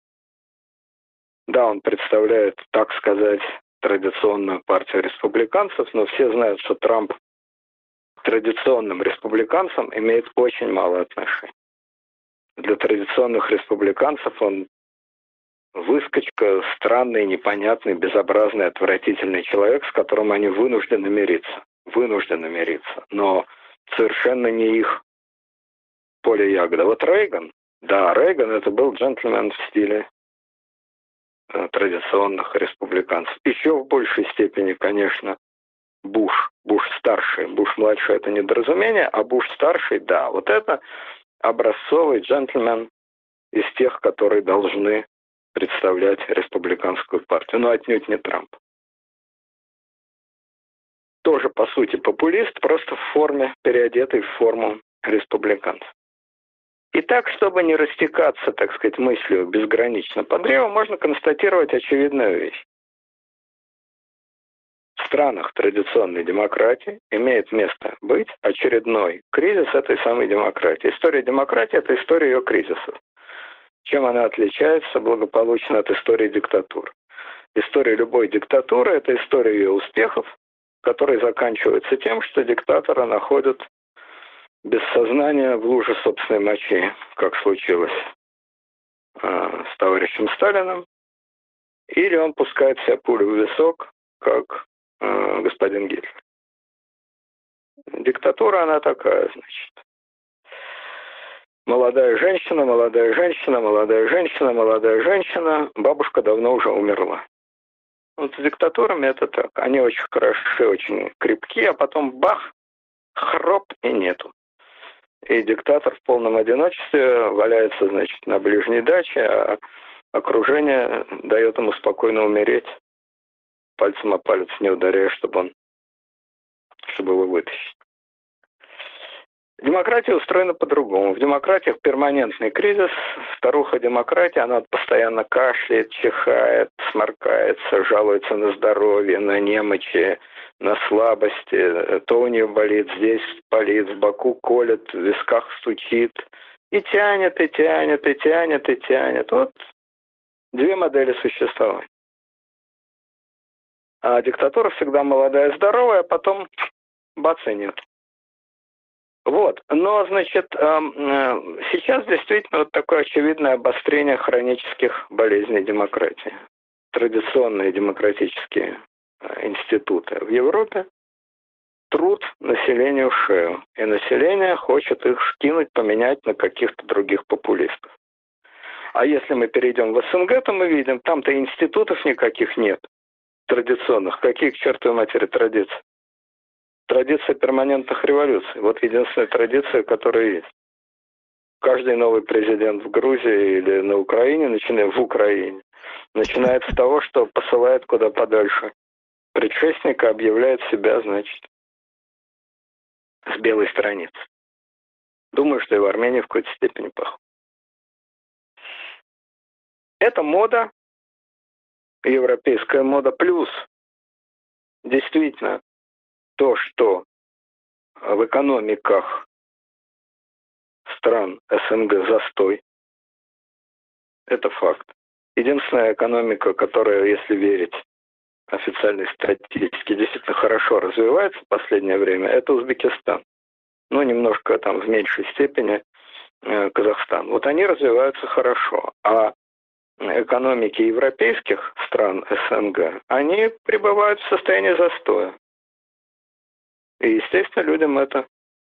да, он представляет, так сказать, традиционную партию республиканцев, но все знают, что Трамп к традиционным республиканцам имеет очень мало отношений. Для традиционных республиканцев он выскочка, странный, непонятный, безобразный, отвратительный человек, с которым они вынуждены мириться. Вынуждены мириться. Но совершенно не их поле ягода. Вот Рейган, да, Рейган это был джентльмен в стиле традиционных республиканцев. Еще в большей степени, конечно, Буш старший. Буш младший это недоразумение, а Буш старший, да. Вот это образцовый джентльмен из тех, которые должны представлять республиканскую партию, но отнюдь не Трамп. Тоже, по сути, популист, просто в форме, переодетый в форму республиканцев. И так, чтобы не растекаться, так сказать, мыслью безгранично по древу, можно констатировать очевидную вещь. В странах традиционной демократии имеет место быть очередной кризис этой самой демократии. История демократии – это история ее кризисов. Чем она отличается благополучно от истории диктатур? История любой диктатуры – это история ее успехов, которые заканчиваются тем, что диктатора находят без сознания в луже собственной мочи, как случилось с товарищем Сталиным, или он пускает себе пулю в висок, как господин Гитлер. Диктатура, она такая, значит. Молодая женщина, молодая женщина, молодая женщина, молодая женщина, бабушка давно уже умерла. Вот с диктатурами это так. Они очень хороши, очень крепки, а потом бах, хроп и нету. И диктатор в полном одиночестве валяется, значит, на ближней даче, а окружение дает ему спокойно умереть, пальцем о палец не ударяя, чтобы его вытащить. Демократия устроена по-другому. В демократиях перманентный кризис. Старуха-демократия, она постоянно кашляет, чихает, сморкается, жалуется на здоровье, на немочи, на слабости. То у нее болит, здесь болит, в боку колет, в висках стучит. И тянет, и тянет, и тянет, и тянет. Вот две модели существования. А диктатура всегда молодая, здоровая, а потом бац и нет. Вот, но, значит, сейчас действительно вот такое очевидное обострение хронических болезней демократии. Традиционные демократические институты в Европе трут населению шею, и население хочет их скинуть, поменять на каких-то других популистов. А если мы перейдем в СНГ, то мы видим, там-то институтов никаких нет традиционных. Какие к чертовой матери традиции? Традиция перманентных революций. Вот единственная традиция, которая есть. Каждый новый президент в Грузии или на Украине, начинает с того, что посылает куда подальше предшественника, объявляет себя, значит, с белой страницы. Думаю, что и в Армении в какой-то степени похоже. Это мода, европейская мода, плюс действительно то, что в экономиках стран СНГ застой, это факт. Единственная экономика, которая, если верить официальной статистике, действительно хорошо развивается в последнее время, это Узбекистан. Ну, немножко там в меньшей степени Казахстан. Вот они развиваются хорошо. А экономики европейских стран СНГ, они пребывают в состоянии застоя. И, естественно, людям это,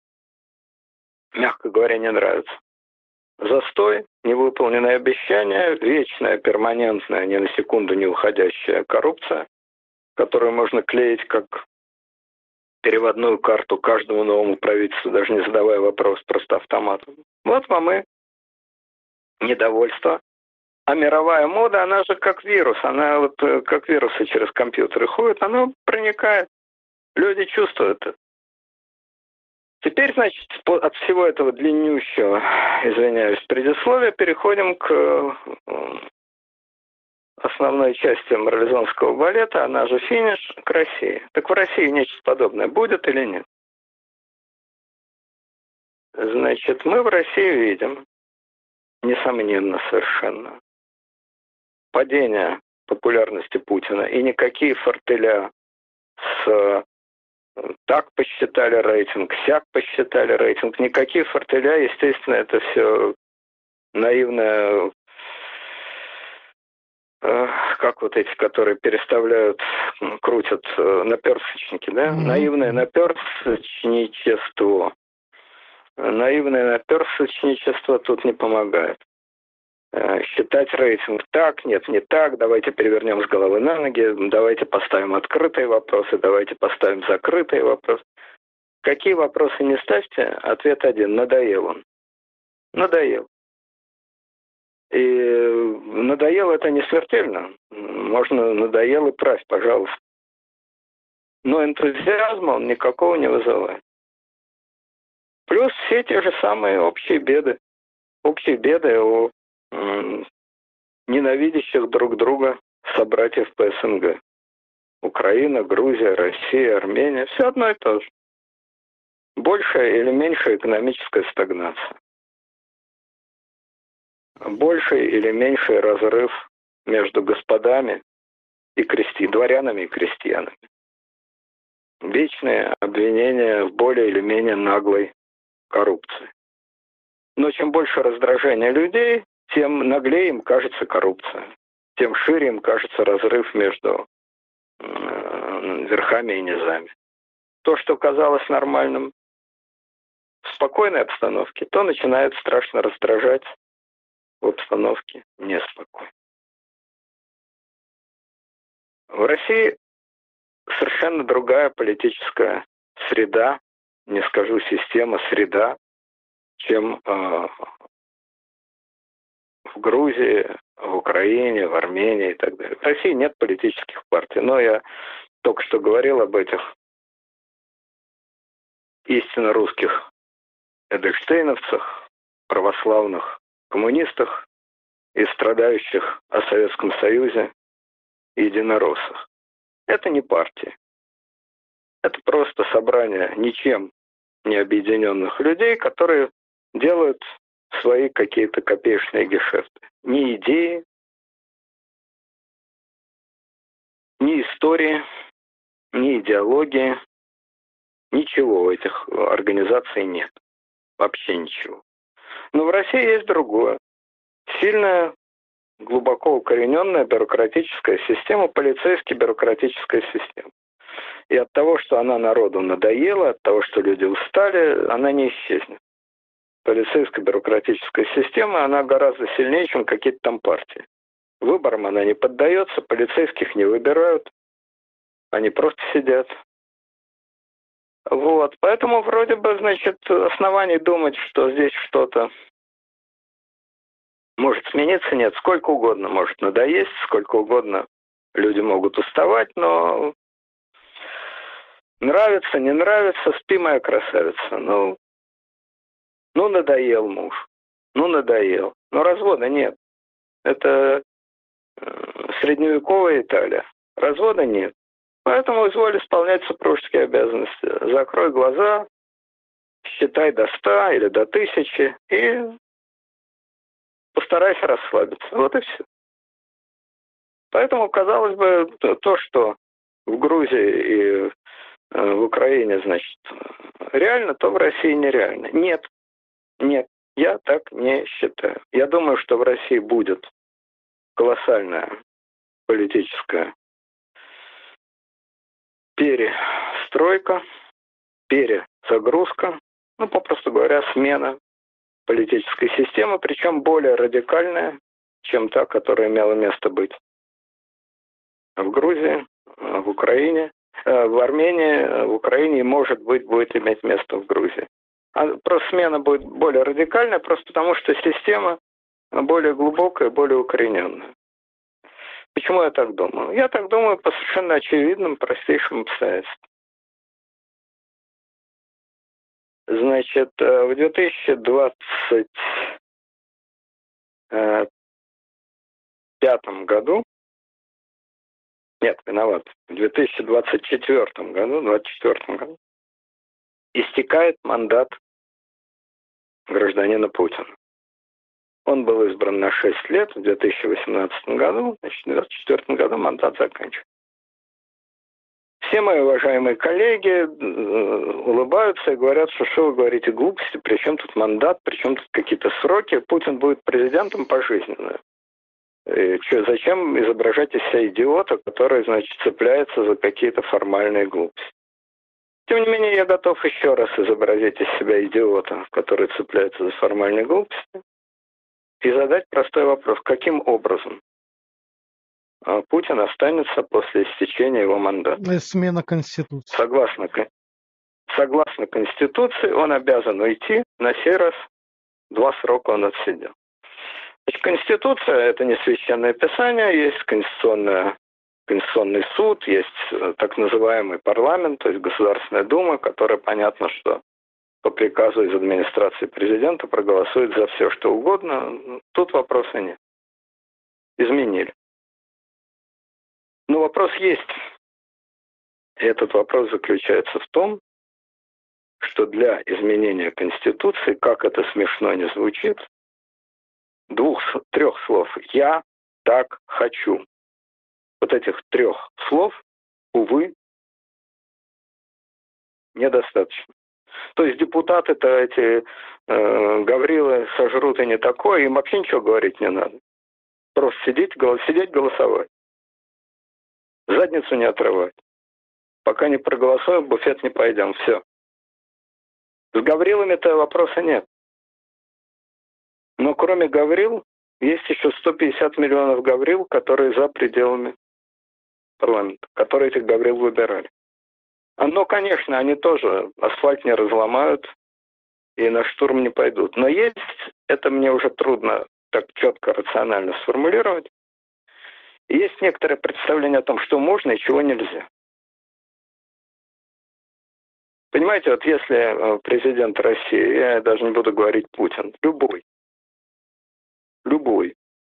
мягко говоря, не нравится. Застой, невыполненные обещания, вечная, перманентная, ни на секунду не уходящая коррупция, которую можно клеить как переводную карту каждому новому правительству, даже не задавая вопрос, просто автоматом. Вот вам и недовольство. А мировая мода, она же как вирус, она вот как вирусы через компьютеры ходят, она проникает. Люди чувствуют это. Теперь, значит, от всего этого длиннющего, извиняюсь, предисловия переходим к основной части марлезонского балета, она же финиш, к России. Так в России нечто подобное будет или нет? Значит, мы в России видим, несомненно совершенно, падение популярности Путина, и никакие фортеля с так посчитали рейтинг, сяк посчитали рейтинг. Никакие фортеля, естественно, это все наивное, как вот эти, которые переставляют, крутят наперсточники, да? Наивное наперсточничество. Наивное наперсточничество тут не помогает. Считать рейтинг так, нет, не так, давайте перевернем с головы на ноги, давайте поставим открытые вопросы, давайте поставим закрытые вопросы. Какие вопросы не ставьте, ответ один, надоел он. Надоел. И надоел это не смертельно. Можно надоел и правь, пожалуйста. Но энтузиазма он никакого не вызывает. Плюс все те же самые общие беды. Общие беды у ненавидящих друг друга собратьев по СНГ. Украина, Грузия, Россия, Армения. Все одно и то же. Большая или меньшая экономическая стагнация. больший или меньший разрыв между господами и дворянами и крестьянами. Вечные обвинения в более или менее наглой коррупции. Но чем больше раздражения людей, тем наглее им кажется коррупция, тем шире им кажется разрыв между верхами и низами. То, что казалось нормальным в спокойной обстановке, то начинает страшно раздражать в обстановке неспокойной. В России совершенно другая политическая среда, не скажу система, среда, чем в Грузии, в Украине, в Армении и так далее. В России нет политических партий, но я только что говорил об этих истинно русских эдельштейновцах, православных коммунистах и страдающих о Советском Союзе единороссах. Это не партия. Это просто собрание ничем не объединенных людей, которые делают свои какие-то копеечные гешефты. Ни идеи, ни истории, ни идеологии, ничего у этих организаций нет. Вообще ничего. Но в России есть другое. Сильная, глубоко укорененная бюрократическая система, полицейски-бюрократическая система. И от того, что она народу надоела, от того, что люди устали, она не исчезнет. Полицейская бюрократическая система, она гораздо сильнее, чем какие-то там партии. Выборам она не поддается, полицейских не выбирают, они просто сидят. Вот, поэтому вроде бы, значит, оснований думать, что здесь что-то может смениться, нет. Сколько угодно может надоесть, сколько угодно люди могут уставать, но нравится, не нравится, спи, моя красавица. Ну, надоел муж, надоел. Но развода нет. Это средневековая Италия. Развода нет. Поэтому изволь исполнять супружеские обязанности. Закрой глаза, считай до 100 или до 1000 и постарайся расслабиться. Вот и все. Поэтому, казалось бы, то, что в Грузии и в Украине, значит, реально, то в России нереально. Нет, я так не считаю. Я думаю, что в России будет колоссальная политическая перестройка, перезагрузка, попросту говоря, смена политической системы, причем более радикальная, чем та, которая имела место быть в Грузии, в Украине, в Армении, в Украине и, может быть, будет иметь место в Грузии. Просто смена будет более радикальная, просто потому что система более глубокая, более укорененная. Почему я так думаю? Я так думаю по совершенно очевидным, простейшим обстоятельствам. Значит, в 2025 году, в 2024 году, истекает мандат гражданина Путина. Он был избран на 6 лет в 2018 году, значит, в 2024 году мандат заканчивается. Все мои уважаемые коллеги улыбаются и говорят, что вы говорите глупости, при чем тут мандат, при чем тут какие-то сроки, Путин будет президентом пожизненно. Зачем изображать из себя идиота, который, значит, цепляется за какие-то формальные глупости? Тем не менее, я готов еще раз изобразить из себя идиота, который цепляется за формальные глупости, и задать простой вопрос, каким образом Путин останется после истечения его мандата. Смена Конституции. Согласно Конституции, он обязан уйти. На сей раз 2 срока он отсидел. Значит, Конституция – это не священное писание, есть Конституционный суд, есть так называемый парламент, то есть Государственная Дума, которая, понятно, что по приказу из администрации президента проголосует за все, что угодно. Тут вопроса нет. Изменили. Но вопрос есть. И этот вопрос заключается в том, что для изменения Конституции, как это смешно не звучит, трех слов. Я так хочу. Вот этих трех слов, увы, недостаточно. То есть депутаты-то эти Гаврилы сожрут и не такое, им вообще ничего говорить не надо. Просто сидеть, голосовать. Задницу не отрывать. Пока не проголосуем, в буфет не пойдем. Все. С Гаврилами-то вопроса нет. Но кроме Гаврил, есть еще 150 миллионов Гаврил, которые за пределами парламента, которые этих Гаврил выбирали. Но, конечно, они тоже асфальт не разломают и на штурм не пойдут. Но есть, это мне уже трудно так четко, рационально сформулировать, есть некоторое представление о том, что можно и чего нельзя. Понимаете, вот если президент России, я даже не буду говорить Путин, любой,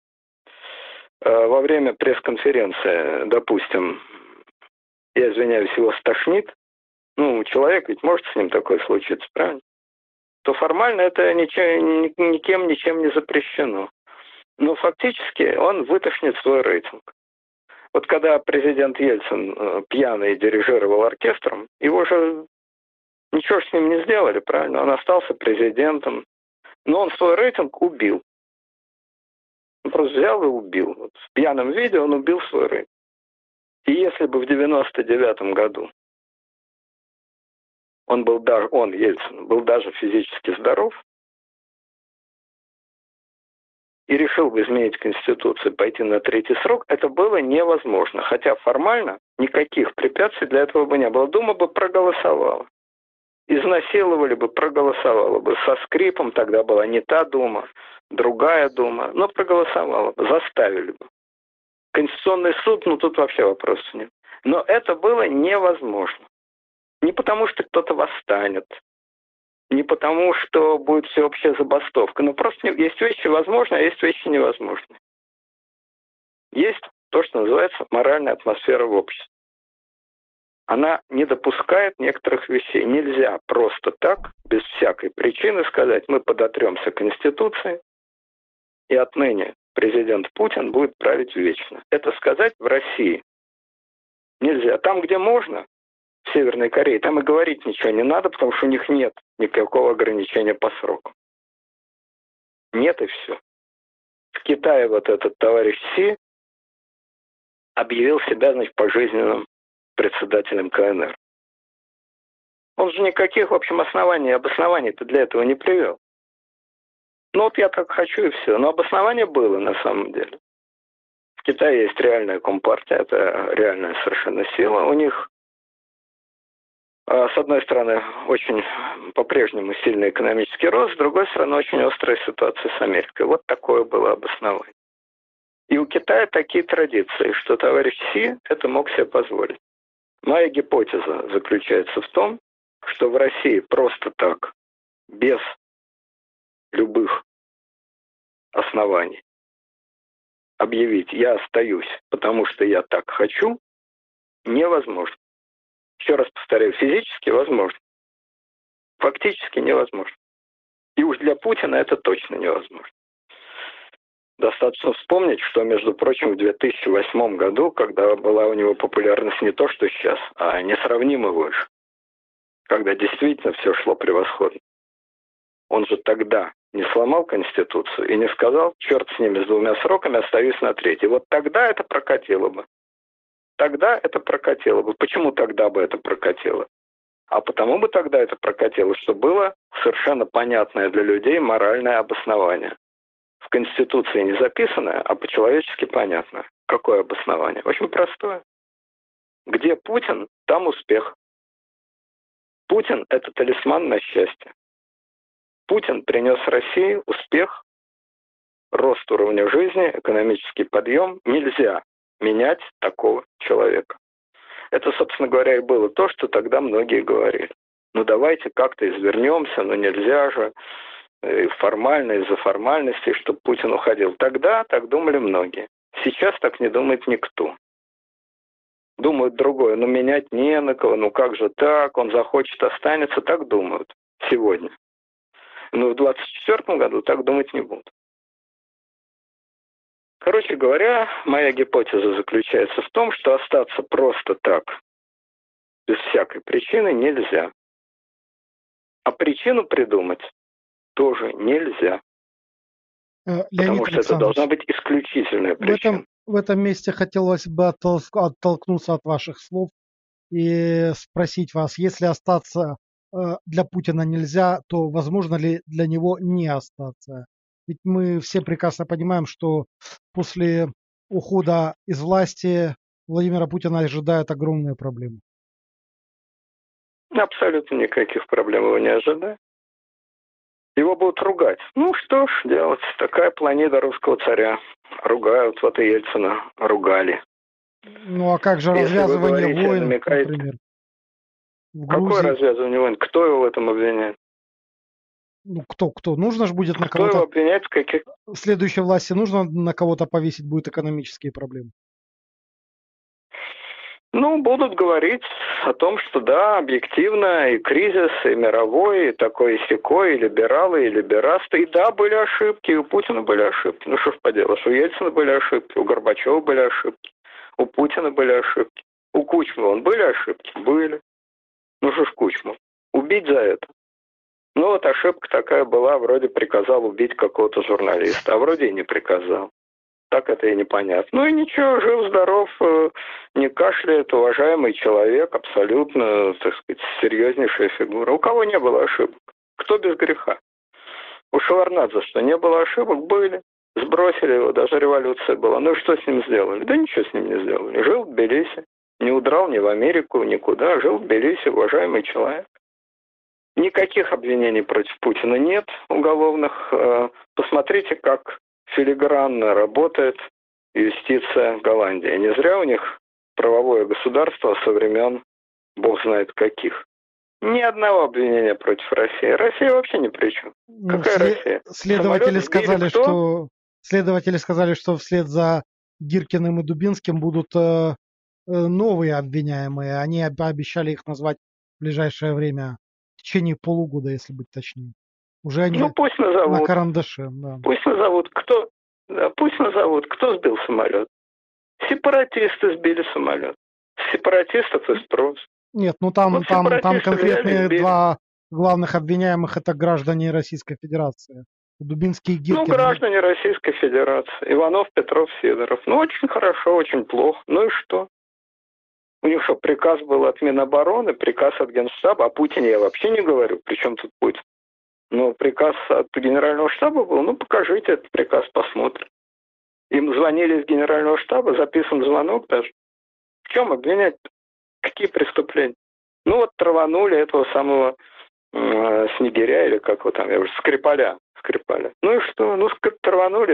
во время пресс-конференции, допустим, я извиняюсь, его стошнит, человек ведь может с ним такое случиться, правильно? То формально это никем ничем не запрещено. Но фактически он вытошнит свой рейтинг. Вот когда президент Ельцин пьяный дирижировал оркестром, его же ничего с ним не сделали, правильно? Он остался президентом, но он свой рейтинг убил. Он просто взял и убил. Вот в пьяном виде он убил свой рейтинг. И если бы в 99-м году Ельцин, был даже физически здоров и решил бы изменить Конституцию, пойти на третий срок, это было невозможно. Хотя формально никаких препятствий для этого бы не было. Дума бы проголосовала. Изнасиловали бы, проголосовала бы. Со скрипом тогда была не та Дума, другая Дума, но проголосовала бы, заставили бы. Конституционный суд, тут вообще вопросов нет. Но это было невозможно. Не потому, что кто-то восстанет, не потому, что будет всеобщая забастовка. Просто есть вещи возможные, а есть вещи невозможные. Есть то, что называется моральная атмосфера в обществе. Она не допускает некоторых вещей. Нельзя просто так, без всякой причины сказать, мы подотремся Конституцией, и отныне президент Путин будет править вечно. Это сказать в России нельзя. Там, где можно, в Северной Корее, там и говорить ничего не надо, потому что у них нет никакого ограничения по сроку. Нет и все. В Китае вот этот товарищ Си объявил себя, пожизненным председателем КНР. Он же никаких, в общем, обоснований-то для этого не привел. Я так хочу и все. Но обоснование было на самом деле. В Китае есть реальная компартия, это реальная совершенно сила. У них, с одной стороны, очень по-прежнему сильный экономический рост, с другой стороны, очень острая ситуация с Америкой. Вот такое было обоснование. И у Китая такие традиции, что товарищ Си это мог себе позволить. Моя гипотеза заключается в том, что в России просто так, без любых оснований, объявить «я остаюсь, потому что я так хочу» невозможно. Еще раз повторяю, физически возможно. Фактически невозможно. И уж для Путина это точно невозможно. Достаточно вспомнить, что, между прочим, в 2008 году, когда была у него популярность не то, что сейчас, а несравнимо выше, когда действительно все шло превосходно, он же тогда не сломал Конституцию и не сказал, черт с ними, с двумя сроками, остаюсь на третий. Вот тогда это прокатило бы. Почему тогда бы это прокатило? А потому бы тогда это прокатило, что было совершенно понятное для людей моральное обоснование. В Конституции не записанное, а по-человечески понятно. Какое обоснование? Очень простое. Где Путин, там успех. Путин – это талисман на счастье. Путин принес России успех, рост уровня жизни, экономический подъем. Нельзя менять такого человека. Это, собственно говоря, и было то, что тогда многие говорили. Давайте как-то извернемся, нельзя же формально, из-за формальностей, чтобы Путин уходил. Тогда так думали многие. Сейчас так не думает никто. Думают другое, менять не на кого, как же так, он захочет, останется, так думают сегодня. Но в 2024 году так думать не будут. Короче говоря, моя гипотеза заключается в том, что остаться просто так, без всякой причины, нельзя. А причину придумать тоже нельзя. Потому Леонид что это Александрович, должна быть исключительная причина. в этом месте хотелось бы оттолкнуться от ваших слов и спросить вас, если остаться для Путина нельзя, то возможно ли для него не остаться? Ведь мы все прекрасно понимаем, что после ухода из власти Владимира Путина ожидают огромные проблемы. Абсолютно никаких проблем его не ожидает. Его будут ругать. Ну что ж делать, такая планида русского царя. Ругают, вот и Ельцина ругали. Ну а как же Если вы развязывание говорите, войн, намекаете, например, в какое Грузии? развязывание войн? Кто его в этом обвиняет? Ну кто? Нужно же будет на Кто его кого-то, обвиняет в каких... в следующей власти нужно на кого-то повесить будет экономические проблемы. Ну, будут говорить о том, что да, объективно и кризис, и мировой, и такой, и сякой, и либералы, и либерасты. И да, были ошибки, и у Путина были ошибки. Ну что ж поделаешь, у Ельцина были ошибки, у Горбачева были ошибки, у Путина были ошибки. У Кучмы были ошибки? Были. Ну что ж Кучму? Убить за это? Ну вот ошибка такая была, вроде приказал убить какого-то журналиста, а вроде и не приказал. Так это и непонятно. Ну и ничего, жив-здоров, не кашляет, уважаемый человек, абсолютно, так сказать, серьезнейшая фигура. У кого не было ошибок? Кто без греха? У Шеварднадзе что, не было ошибок? Были. Сбросили его, даже революция была. Ну и что с ним сделали? Да ничего с ним не сделали. Жил в Тбилиси, не удрал ни в Америку, никуда. Жил в Тбилиси, уважаемый человек. Никаких обвинений против Путина нет уголовных. Посмотрите, как филигранно работает юстиция Голландии. Не зря у них правовое государство со времен бог знает каких. Ни одного обвинения против России. Россия вообще ни при чем. Какая Россия? Следователи сказали, что вслед за Гиркиным и Дубинским будут новые обвиняемые. Они обещали их назвать в ближайшее время, в течение полугода, если быть точнее. Уже они пусть назовут. на карандаше. Да. Пусть назовут. Кто? Да, пусть назовут. Кто сбил самолет? Сепаратисты сбили самолет. С сепаратистов и спрос. Нет, ну там конкретные два главных обвиняемых — это граждане Российской Федерации. Дубинский и Гиркин. Ну, граждане Российской Федерации. Иванов, Петров, Сидоров. Ну, очень хорошо, очень плохо. Ну и что? У них что, приказ был от Минобороны, приказ от Генштаба, о Путине я вообще не говорю. Причем тут Путин? Ну, приказ от Генерального штаба был. Ну, покажите этот приказ, посмотрим. Им звонили из Генерального штаба, записан звонок даже. В чем обвинять? Какие преступления? Ну, вот траванули этого самого Снегиря, или как его там, я уже, Скрипаля. Ну и что? Ну, траванули.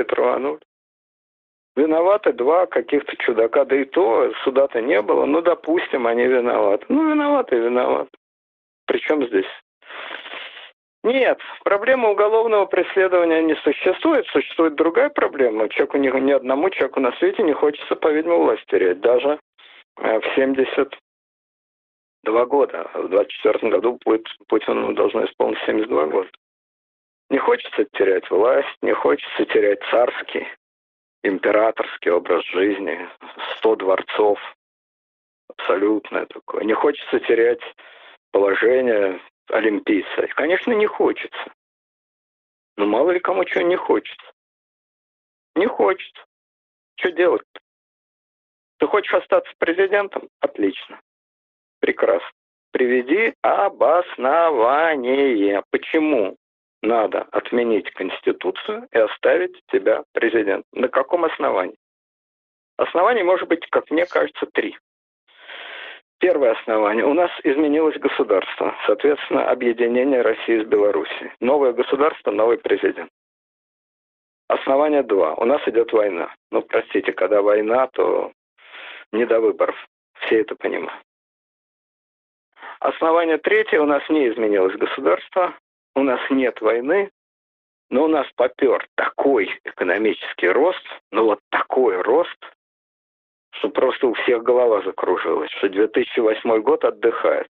Виноваты два каких-то чудака, да и то суда-то не было. Ну, допустим, они виноваты. Ну, виноваты. Причем здесь? Нет, проблема уголовного преследования не существует. Существует другая проблема. Ни одному человеку на свете не хочется, по-видимому, власть терять. Даже в 72 года. В 24 году Путину должно исполниться 72 года. Не хочется терять власть, не хочется терять царский, императорский образ жизни, 100 дворцов, абсолютное такое. Не хочется терять положение олимпийца. Конечно, не хочется. Но мало ли кому чего не хочется. Не хочется. Что делать-то? Ты хочешь остаться президентом? Отлично. Прекрасно. Приведи обоснование. Почему надо отменить Конституцию и оставить тебя президентом? На каком основании? Оснований может быть, как мне кажется, 3. Первое основание. У нас изменилось государство. Соответственно, объединение России с Белоруссией. Новое государство, новый президент. Основание 2. У нас идет война. Ну, простите, когда война, то не до выборов. Все это понимают. Основание 3. У нас не изменилось государство. У нас нет войны. Но у нас попер такой экономический рост. Ну, вот такой рост, что просто у всех голова закружилась, что 2008 год отдыхает.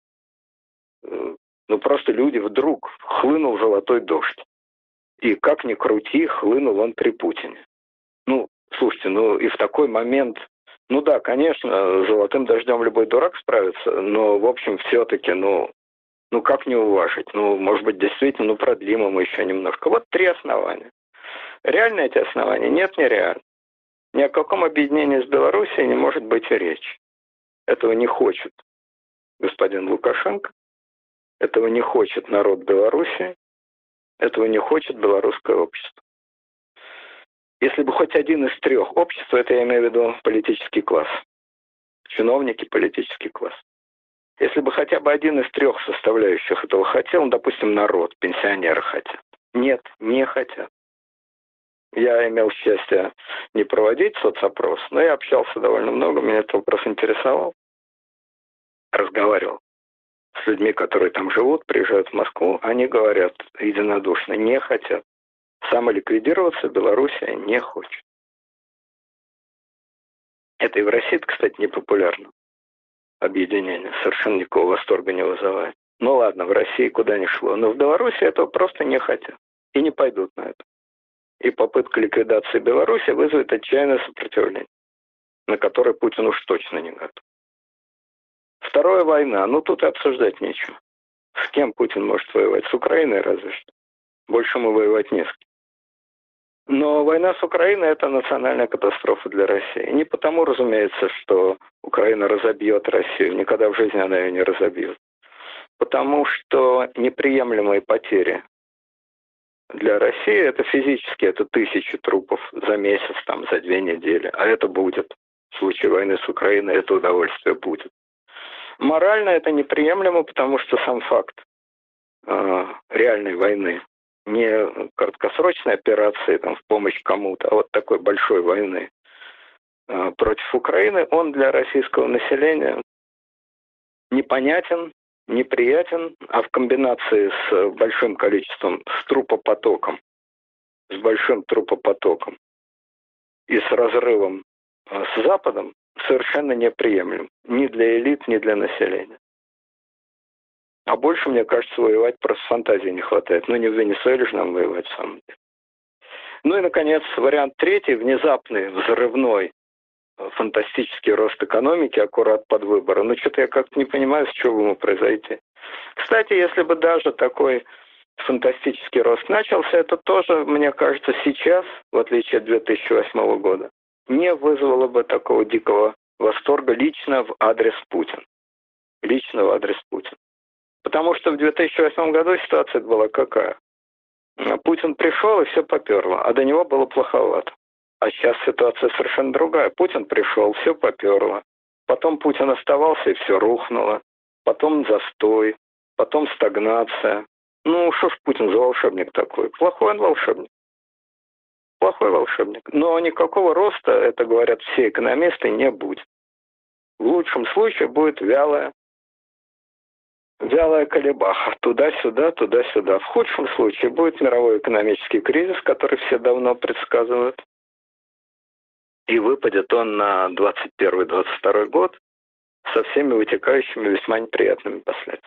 Ну, просто люди вдруг хлынул золотой дождь. И как ни крути, хлынул он при Путине. Ну, слушайте, ну и в такой момент, ну да, конечно, золотым дождем любой дурак справится, но, в общем, все-таки, ну как не уважить? Ну, может быть, действительно, ну продлим ему еще немножко. Вот 3 основания. Реальны эти основания? Нет, нереально. Ни о каком объединении с Белоруссией не может быть и речи. Этого не хочет господин Лукашенко, этого не хочет народ Беларуси, этого не хочет белорусское общество. Если бы хоть один из 3 обществ, это я имею в виду политический класс, чиновники, политический класс. Если бы хотя бы один из 3 составляющих этого хотел, ну, допустим, народ, пенсионеры хотят. Нет, не хотят. Я имел счастье не проводить соцопрос, но я общался довольно много, меня этот вопрос интересовал. Разговаривал с людьми, которые там живут, приезжают в Москву, они говорят единодушно, не хотят. Самоликвидироваться Белоруссия не хочет. Это и в России, кстати, не популярно. Объединение совершенно никакого восторга не вызывает. Ну ладно, в России куда ни шло, но в Беларуси этого просто не хотят и не пойдут на это. И попытка ликвидации Беларуси вызовет отчаянное сопротивление, на которое Путин уж точно не готов. Второе — война. Ну тут и обсуждать нечего. С кем Путин может воевать? С Украиной разве что. Больше ему воевать не с кем. Но война с Украиной — это национальная катастрофа для России. Не потому, разумеется, что Украина разобьет Россию. Никогда в жизни она ее не разобьет. Потому что неприемлемые потери для России — это физически, это 1000 трупов за месяц, там, за 2 недели. А это будет. В случае войны с Украиной это удовольствие будет. Морально это неприемлемо, потому что сам факт реальной войны, не краткосрочной операции там, в помощь кому-то, а вот такой большой войны против Украины, он для российского населения непонятен, неприятен, а в комбинации с большим количеством, с трупопотоком, с большим трупопотоком и с разрывом с Западом совершенно неприемлем ни для элит, ни для населения. А больше, мне кажется, воевать просто фантазии не хватает. Ну, не в Венесуэле же нам воевать, в самом деле. Ну и, наконец, вариант 3, внезапный, взрывной, фантастический рост экономики аккурат под выборы. Ну, что-то я как-то не понимаю, с чего бы ему произойти. Кстати, если бы даже такой фантастический рост начался, это тоже, мне кажется, сейчас, в отличие от 2008 года, не вызвало бы такого дикого восторга лично в адрес Путина. Лично в адрес Путина. Потому что в 2008 году ситуация была какая? Путин пришел, и все поперло, а до него было плоховато. А сейчас ситуация совершенно другая. Путин пришел, все поперло. Потом Путин оставался, и все рухнуло. Потом застой, потом стагнация. Ну, что ж Путин за волшебник такой? Плохой он волшебник. Плохой волшебник. Но никакого роста, это говорят все экономисты, не будет. В лучшем случае будет вялая колебаха. Туда-сюда, туда-сюда. В худшем случае будет мировой экономический кризис, который все давно предсказывают. И выпадет он на 2021-2022 год со всеми вытекающими весьма неприятными последствиями.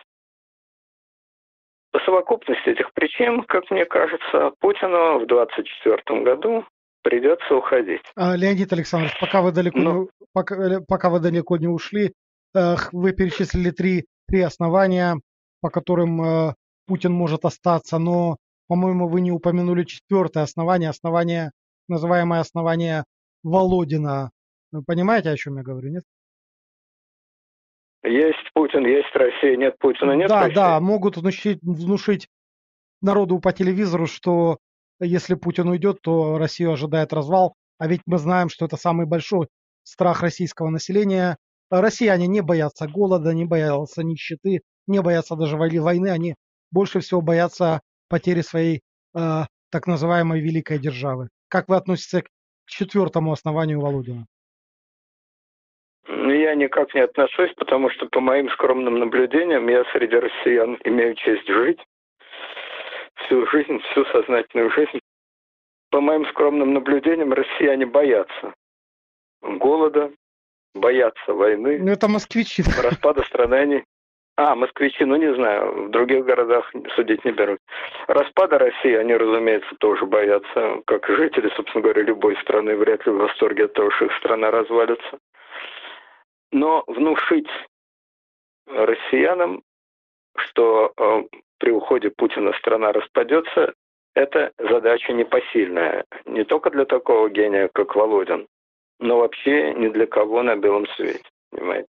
По совокупности этих причин, как мне кажется, Путину в 2024 году придется уходить. Леонид Александрович, пока вы далеко не ушли, вы перечислили три основания, по которым Путин может остаться, но, по-моему, вы не упомянули 4-е основание, называемое основание Володина. Вы понимаете, о чем я говорю, нет? Есть Путин, есть Россия, нет Путина, нет России. Да, могут внушить народу по телевизору, что если Путин уйдет, то Россию ожидает развал. А ведь мы знаем, что это самый большой страх российского населения. Россияне не боятся голода, не боятся нищеты, не боятся даже войны. Они больше всего боятся потери своей так называемой великой державы. Как вы относитесь к 4-му основанию Володина? Я никак не отношусь, потому что, по моим скромным наблюдениям, я среди россиян имею честь жить всю жизнь, всю сознательную жизнь. По моим скромным наблюдениям, россияне боятся голода, боятся войны, это москвичи. распада страны Москвичи, ну не знаю, в других городах судить не берут. Распада России они, разумеется, тоже боятся, как и жители, собственно говоря, любой страны, вряд ли в восторге от того, что их страна развалится. Но внушить россиянам, что при уходе Путина страна распадется, это задача непосильная. Не только для такого гения, как Володин, но вообще ни для кого на белом свете. Понимаете?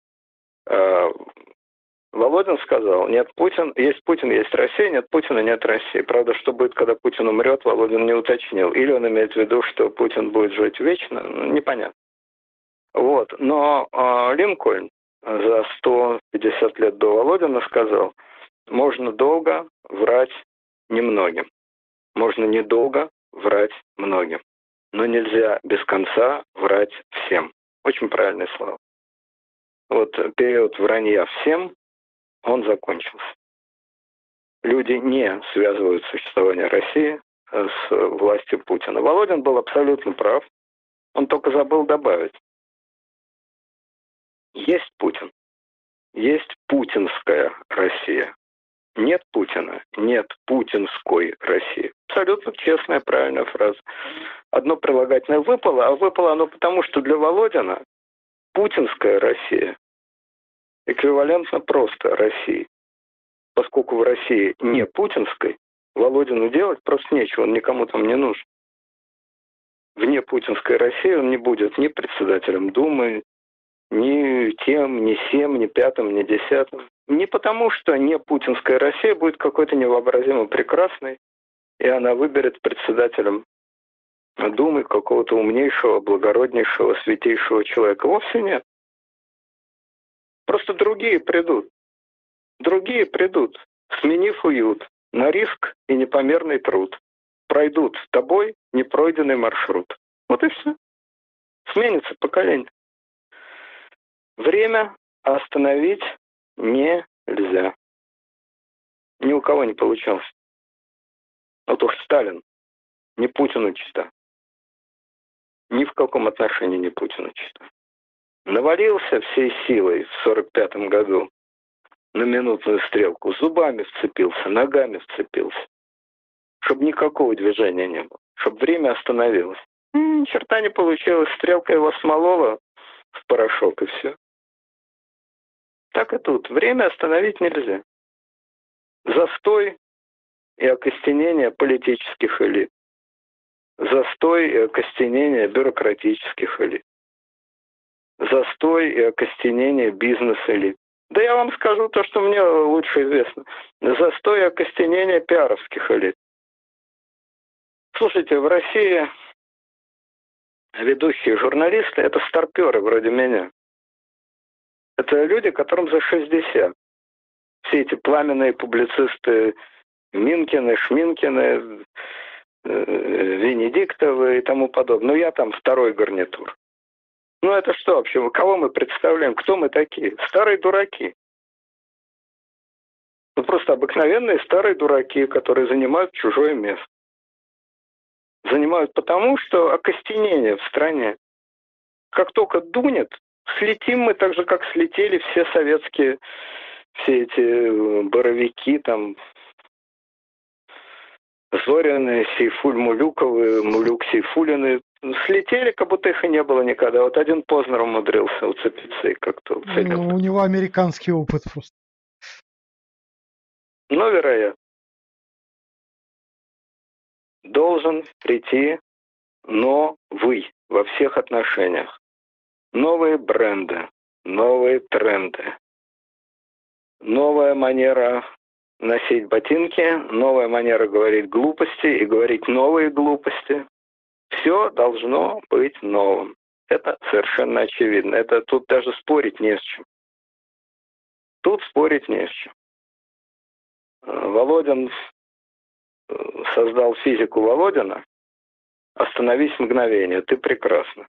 Володин сказал, нет Путин, есть Россия, нет Путина, нет России. Правда, что будет, когда Путин умрет, Володин не уточнил. Или он имеет в виду, что Путин будет жить вечно, непонятно. Вот. Но Линкольн за 150 лет до Володина сказал, можно долго врать немногим. Можно недолго врать многим. Но нельзя без конца врать всем. Очень правильные слова. Вот период вранья всем, он закончился. Люди не связывают существование России с властью Путина. Володин был абсолютно прав. Он только забыл добавить. Есть Путин. Есть путинская Россия. Нет Путина, нет путинской России. Абсолютно честная, правильная фраза. Одно прилагательное выпало, а выпало оно потому, что для Володина путинская Россия эквивалентно просто России. Поскольку в России не путинской, Володину делать просто нечего, он никому там не нужен. Вне путинской России он не будет ни председателем Думы, ни тем, ни сем, ни пятым, ни десятым. Не потому, что не путинская Россия будет какой-то невообразимо прекрасной, и она выберет председателем Думы какого-то умнейшего, благороднейшего, святейшего человека. Вовсе нет. Просто другие придут. Другие придут, сменив уют на риск и непомерный труд. Пройдут с тобой непройденный маршрут. Вот и все. Сменится поколение. Время остановить нельзя. Ни у кого не получалось. Вот уж Сталин не Путину чита. Ни в каком отношении не Путину чита. Навалился всей силой в 1945 году на минутную стрелку, зубами вцепился, ногами вцепился, чтобы никакого движения не было, чтобы время остановилось. Ни черта не получилось, стрелка его смолола в порошок и все. Так и тут. Время остановить нельзя. Застой и окостенение политических элит. Застой и окостенение бюрократических элит. Застой и окостенение бизнес-элит. Да я вам скажу то, что мне лучше известно. Застой и окостенение пиаровских элит. Слушайте, в России ведущие журналисты – это старперы вроде меня. Это люди, которым за 60. Все эти пламенные публицисты Минкины, Шминкины, Венедиктовы и тому подобное. Ну, я там второй гарнитур. Ну, это что вообще? Кого мы представляем? Кто мы такие? Старые дураки. Ну, просто обыкновенные старые дураки, которые занимают чужое место. Занимают потому, что окостенение в стране. Как только дунет, слетим мы так же, как слетели все советские, все эти боровики, там, Зорины, Сейфуль-Мулюковы, Мулюк-Сейфулины. Слетели, как будто их и не было никогда. Вот один Познер умудрился уцепиться и как-то уцелел. Ну, у него американский опыт просто. Ну, вероятно. Должен прийти новый во всех отношениях. Новые бренды, новые тренды, новая манера носить ботинки, новая манера говорить глупости и говорить новые глупости. Все должно быть новым. Это совершенно очевидно. Это тут даже спорить не с чем. Тут спорить не с чем. Володин создал физику Володина. Остановись мгновение, ты прекрасна.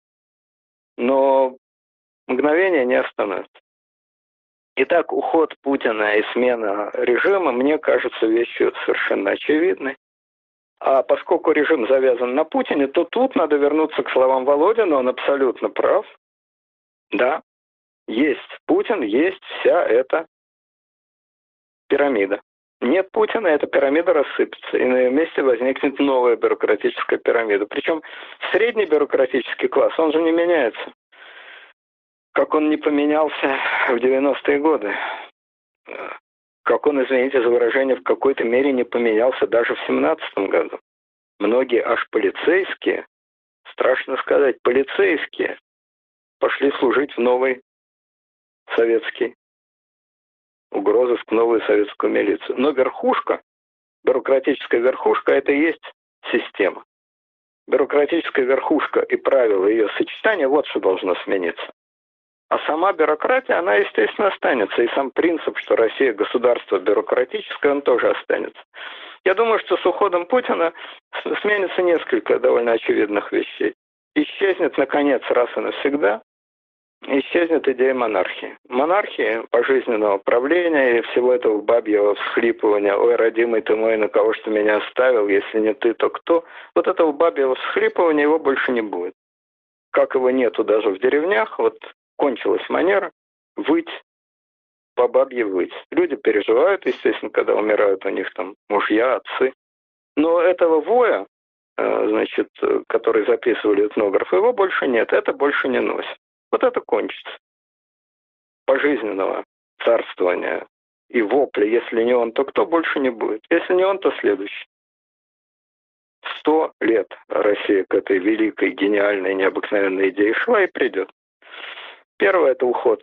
Но мгновение не остановится. Итак, уход Путина и смена режима, мне кажется, вещью совершенно очевидной. А поскольку режим завязан на Путине, то тут надо вернуться к словам Володина, он абсолютно прав. Да, есть Путин, есть вся эта пирамида. Нет Путина, эта пирамида рассыпется, и на ее месте возникнет новая бюрократическая пирамида. Причем средний бюрократический класс, он же не меняется. Как он не поменялся в 90-е годы. Как он, извините за выражение, в какой-то мере не поменялся даже в 17-м году. Многие аж полицейские, страшно сказать, полицейские, пошли служить в новый советский угрозыск, в новую советскую милицию. Но верхушка, бюрократическая верхушка, это и есть система. Бюрократическая верхушка и правила ее сочетания, вот что должно смениться. А сама бюрократия, она, естественно, останется. И сам принцип, что Россия государство бюрократическое, он тоже останется. Я думаю, что с уходом Путина сменится несколько довольно очевидных вещей. Исчезнет, наконец, раз и навсегда, исчезнет идея монархии. Монархии, пожизненного правления и всего этого бабьего всхлипывания: «Ой, родимый ты мой, на кого ж ты меня оставил, если не ты, то кто?» Вот этого бабьего всхлипывания его больше не будет. Как его нету даже в деревнях, вот кончилась манера выть, по бабье выть. Люди переживают, естественно, когда умирают у них там мужья, отцы. Но этого воя, значит, который записывали этнографы, его больше нет, это больше не носит. Вот это кончится. Пожизненного царствования и вопля, если не он, то кто, больше не будет. Если не он, то следующий. 100 лет Россия к этой великой, гениальной, необыкновенной идее шла и придет. Первое – это уход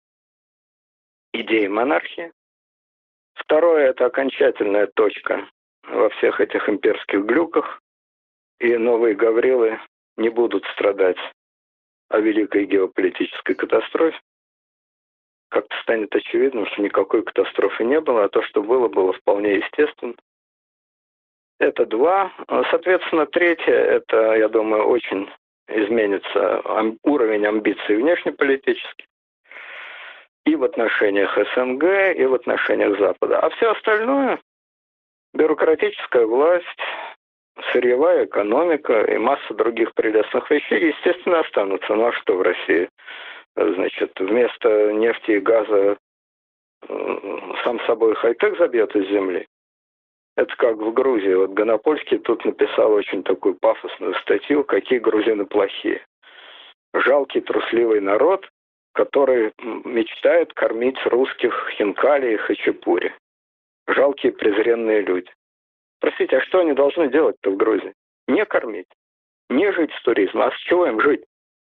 идеи монархии. Второе – это окончательная точка во всех этих имперских глюках. И новые Гаврилы не будут страдать о великой геополитической катастрофе. Как-то станет очевидным, что никакой катастрофы не было, а то, что было, было вполне естественно. Это два. Соответственно, третье – это, я думаю, очень изменится уровень амбиций внешнеполитических и в отношениях СНГ, и в отношениях Запада. А все остальное – бюрократическая власть, сырьевая экономика и масса других прелестных вещей, естественно, останутся. Ну а что в России? Значит, вместо нефти и газа сам собой хай-тек забьет из земли. Это как в Грузии. Вот Гонопольский тут написал очень такую пафосную статью, какие грузины плохие. Жалкий, трусливый народ, который мечтает кормить русских хинкали и хачапури. Жалкие, презренные люди. Простите, а что они должны делать-то в Грузии? Не кормить, не жить с туризма. А с чего им жить?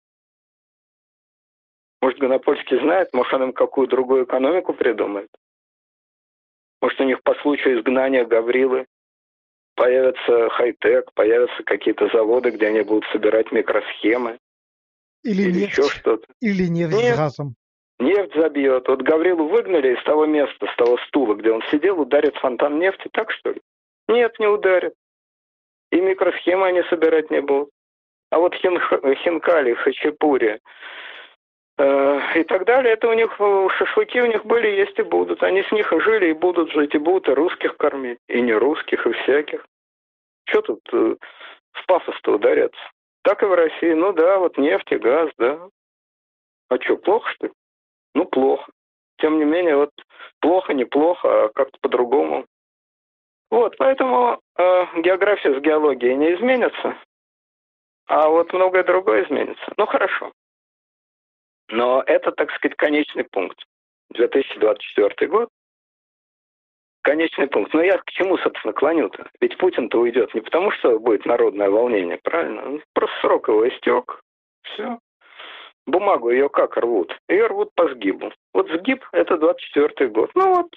Может, Гонопольский знает, может, он им какую другую экономику придумает? Может, у них по случаю изгнания Гаврилы появится хай-тек, появятся какие-то заводы, где они будут собирать микросхемы. Или нефть, еще что-то. Или нефть с газом. Нефть забьет. Вот Гаврилу выгнали из того места, с того стула, где он сидел, ударит фонтан нефти, так что ли? Нет, не ударит. И микросхемы они собирать не будут. А вот хинкали, хачапури и так далее, это у них, шашлыки у них были, есть и будут. Они с них и жили, и будут жить, и будут и русских кормить, и не русских, и всяких. Что тут в пафос-то ударяться? Так и в России. Ну да, вот нефть и газ, да. А что, плохо, что ли? Ну, плохо. Тем не менее, вот плохо, неплохо, а как-то по-другому. Вот, поэтому география с геологией не изменится, а вот многое другое изменится. Ну, хорошо. Но это, так сказать, конечный пункт. 2024 год. Конечный пункт. Но я к чему, собственно, клоню-то? Ведь Путин-то уйдет не потому, что будет народное волнение, правильно? Просто срок его истек. Все. Бумагу ее как рвут? Ее рвут по сгибу. Вот сгиб – это 24 год. Ну вот.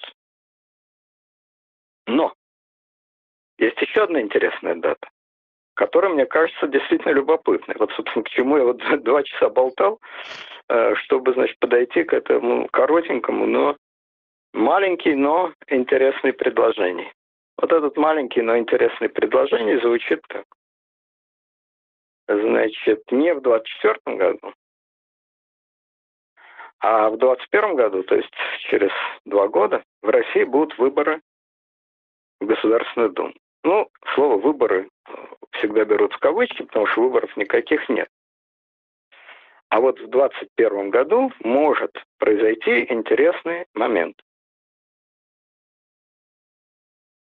Но есть еще одна интересная дата, которая, мне кажется, действительно любопытной. Вот, собственно, к чему я вот 2 часа болтал, чтобы, значит, подойти к этому коротенькому, но маленький, но интересный предложение. Вот этот маленький, но интересный предложение звучит так. Значит, не в 24 году, а в 21 году, то есть через 2 года, в России будут выборы в Государственную Думу. Ну, слово «выборы» всегда берут в кавычки, потому что выборов никаких нет. А вот в 2021 году может произойти интересный момент.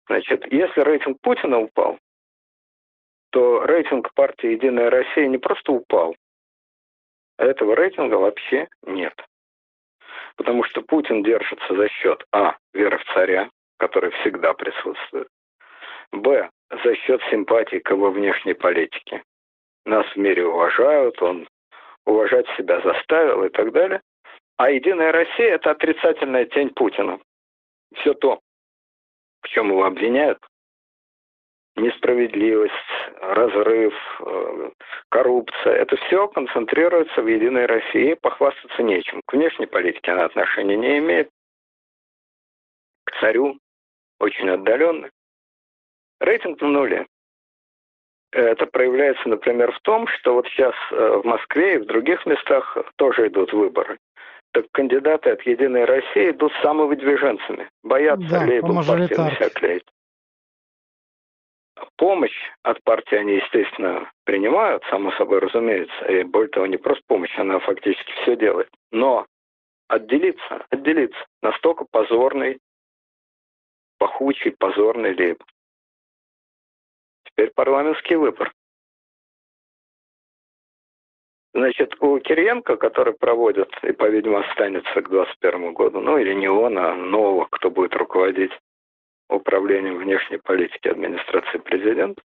Значит, если рейтинг Путина упал, то рейтинг партии «Единая Россия» не просто упал, а этого рейтинга вообще нет. Потому что Путин держится за счет веры в царя, который всегда присутствует, б, за счет симпатии к его внешней политике. Нас в мире уважают, он уважать себя заставил и так далее. А «Единая Россия» — это отрицательная тень Путина. Все то, в чем его обвиняют, несправедливость, разрыв, коррупция, это все концентрируется в «Единой России», похвастаться нечем. К внешней политике она отношения не имеет, к царю очень отдаленно. Рейтинг на нуле. Это проявляется, например, в том, что вот сейчас в Москве и в других местах тоже идут выборы. Так кандидаты от «Единой России» идут самовыдвиженцами, боятся лейбл партии на себя клеить. Помощь от партии они, естественно, принимают, само собой разумеется. И более того, не просто помощь, она фактически все делает. Но отделиться. Настолько позорный, пахучий, позорный лейбл. Теперь парламентский выбор. Значит, у Кириенко, который проводит и, по-видимому, останется к 2021 году, ну или не он, а нового, кто будет руководить управлением внешней политики администрации президента,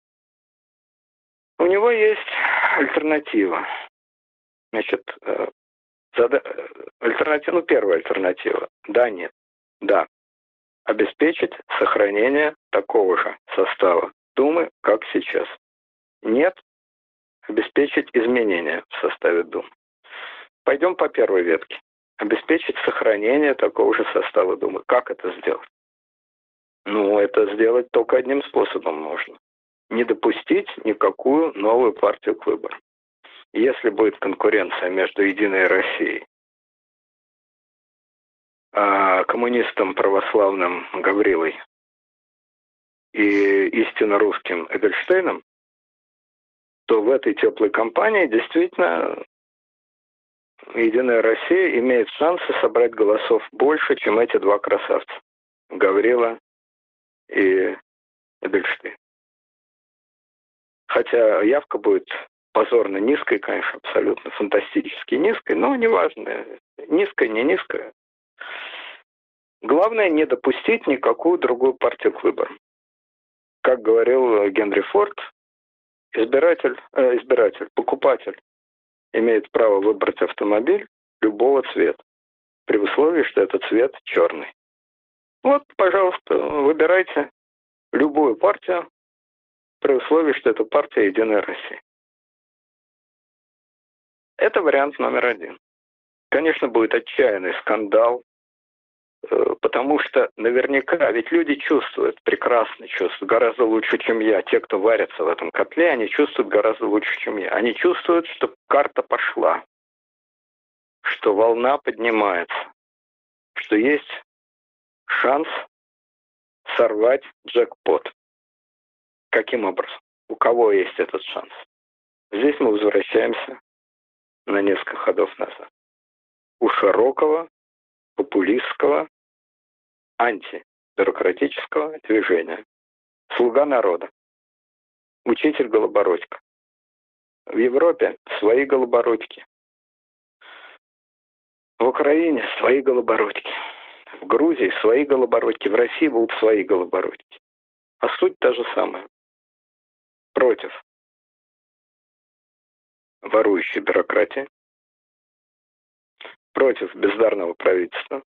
у него есть альтернатива. Значит, альтернатива, первая альтернатива. Да, нет. Да. Обеспечить сохранение такого же состава Думы, как сейчас. Нет. Обеспечить изменения в составе Думы. Пойдем по первой ветке. Обеспечить сохранение такого же состава Думы. Как это сделать? Ну, это сделать только одним способом можно. Не допустить никакую новую партию к выборам. Если будет конкуренция между «Единой Россией», коммунистом православным Гаврилой и истинно русским Эдельштейном, то в этой теплой компании действительно «Единая Россия» имеет шансы собрать голосов больше, чем эти два красавца – Гаврила и Эдельштейн. Хотя явка будет позорно низкой, конечно, абсолютно фантастически низкой, но неважно, низкая, не низкая. Главное не допустить никакую другую партию к выборам. Как говорил Генри Форд, покупатель имеет право выбрать автомобиль любого цвета, при условии, что этот цвет черный. Вот, пожалуйста, выбирайте любую партию, при условии, что это партия «Единая Россия». Это вариант номер один. Конечно, будет отчаянный скандал, потому что наверняка, ведь люди чувствуют, прекрасно чувствуют, гораздо лучше, чем я. Те, кто варятся в этом котле, они чувствуют гораздо лучше, чем я. Они чувствуют, что карта пошла, что волна поднимается, что есть шанс сорвать джекпот. Каким образом? У кого есть этот шанс? Здесь мы возвращаемся на несколько ходов назад. У широкого, популистского, антибюрократического движения. Слуга народа. Учитель Голобородько. В Европе свои Голобородьки. В Украине свои Голобородьки. В Грузии свои Голобородьки. В России будут свои Голобородьки. А суть та же самая. Против ворующей бюрократии. Против бездарного правительства.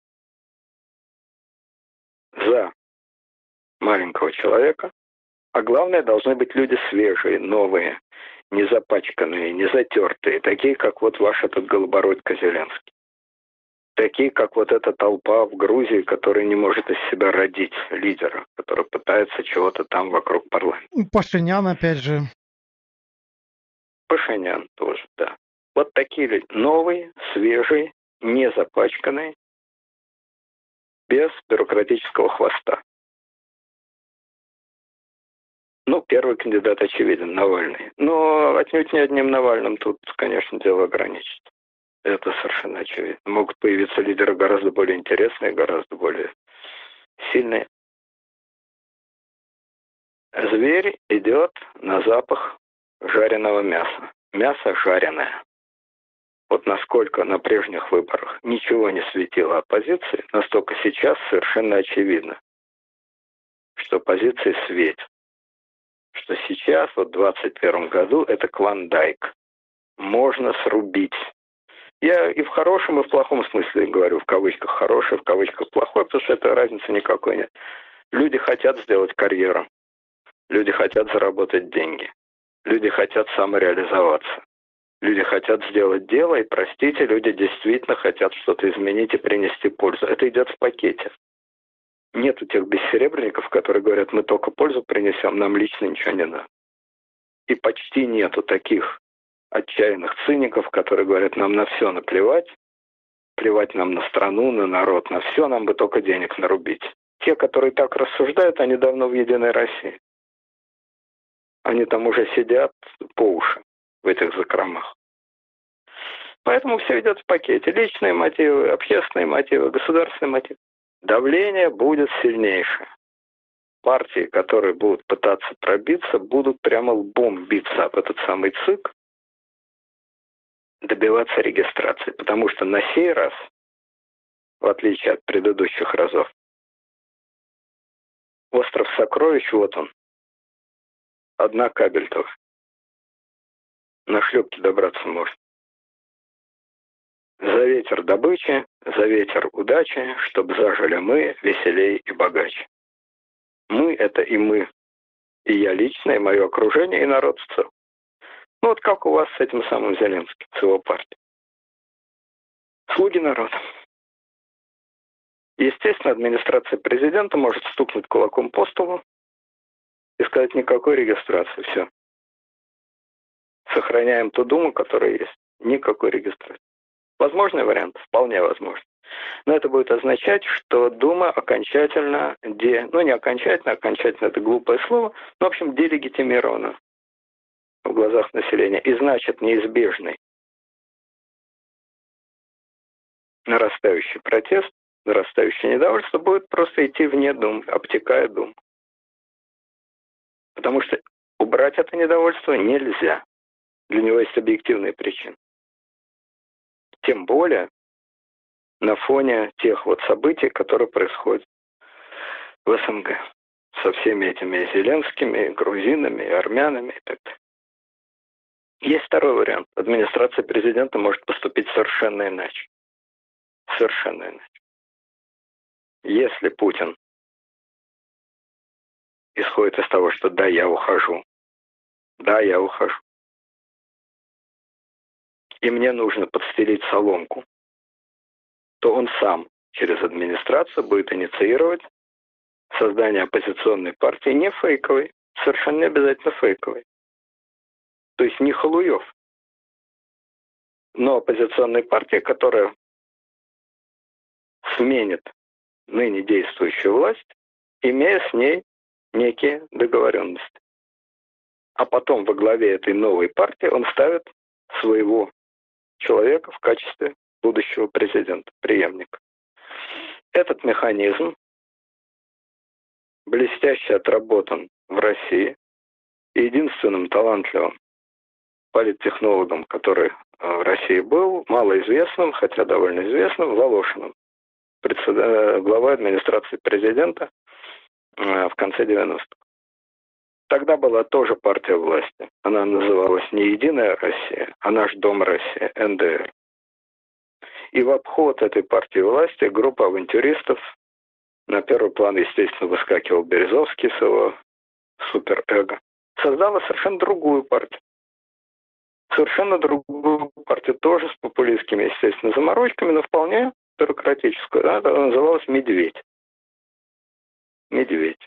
За маленького человека. А главное, должны быть люди свежие, новые, не запачканные, не затертые, такие, как вот ваш этот Голобородько Зеленский. Такие, как вот эта толпа в Грузии, которая не может из себя родить лидера, который пытается чего-то там вокруг парламента. Пашинян, опять же. Пашинян тоже, да. Вот такие люди. Новые, свежие, не запачканные, без бюрократического хвоста. Ну, первый кандидат очевиден, Навальный. Но отнюдь не одним Навальным тут, конечно, дело ограничится. Это совершенно очевидно. Могут появиться лидеры гораздо более интересные, гораздо более сильные. Зверь идет на запах жареного мяса. Мясо жареное. Вот насколько на прежних выборах ничего не светило оппозиции, настолько сейчас совершенно очевидно, что оппозиции светит. Что сейчас, вот в 2021 году, это клондайк. Можно срубить. Я и в хорошем, и в плохом смысле говорю, в кавычках хороший, в кавычках плохой, потому что это разницы никакой нет. Люди хотят сделать карьеру. Люди хотят заработать деньги. Люди хотят самореализоваться. Люди хотят сделать дело, и, простите, люди действительно хотят что-то изменить и принести пользу. Это идет в пакете. Нету тех бессеребренников, которые говорят, мы только пользу принесем, нам лично ничего не надо. И почти нету таких отчаянных циников, которые говорят, нам на все наплевать, плевать нам на страну, на народ, на все, нам бы только денег нарубить. Те, которые так рассуждают, они давно в Единой России. Они там уже сидят по уши в этих закромах. Поэтому все идет в пакете. Личные мотивы, общественные мотивы, государственные мотивы. Давление будет сильнейшее. Партии, которые будут пытаться пробиться, будут прямо лбом биться об этот самый ЦИК, добиваться регистрации. Потому что на сей раз, в отличие от предыдущих разов, остров Сокровищ, вот он. Одна кабельтова. На шлюпке добраться можно. За ветер добычи, за ветер удачи, чтоб зажили мы веселей и богаче. Мы — это и мы. И я лично, и мое окружение, и народ в целом. Ну вот как у вас с этим самым Зеленским, с его партией. Слуги народа. Естественно, администрация президента может стукнуть кулаком по столу и сказать никакой регистрации. Все. Сохраняем ту Думу, которая есть. Никакой регистрации. Возможный вариант? Вполне возможно. Но это будет означать, что Дума окончательно, не окончательно, окончательно это глупое слово, но, в общем, делегитимирована в глазах населения. И значит, неизбежный нарастающий протест, нарастающее недовольство будет просто идти вне Дум, обтекая Дум. Потому что убрать это недовольство нельзя. Для него есть объективные причины. Тем более на фоне тех вот событий, которые происходят в СНГ. Со всеми этими и зеленскими, и грузинами, и армянами и так далее. Есть второй вариант. Администрация президента может поступить совершенно иначе. Совершенно иначе. Если Путин исходит из того, что да, я ухожу, и мне нужно подстелить соломку, то он сам через администрацию будет инициировать создание оппозиционной партии не фейковой, совершенно не обязательно фейковой. То есть не Халуев, но оппозиционной партии, которая сменит ныне действующую власть, имея с ней некие договоренности. А потом во главе этой новой партии он ставит своего человека в качестве будущего президента, преемника. Этот механизм блестяще отработан в России. И единственным талантливым политтехнологом, который в России был, малоизвестным, хотя довольно известным, Волошиным, главой администрации президента в конце 90-х. Тогда была тоже партия власти. Она называлась не «Единая Россия», а «Наш дом Россия», НДР. И в обход этой партии власти группа авантюристов, на первый план, естественно, выскакивал Березовский с его суперэго, создала совершенно другую партию. Совершенно другую партию, тоже с популистскими, естественно, заморочками, но вполне бюрократическую. Да? Она называлась «Медведь». «Медведь».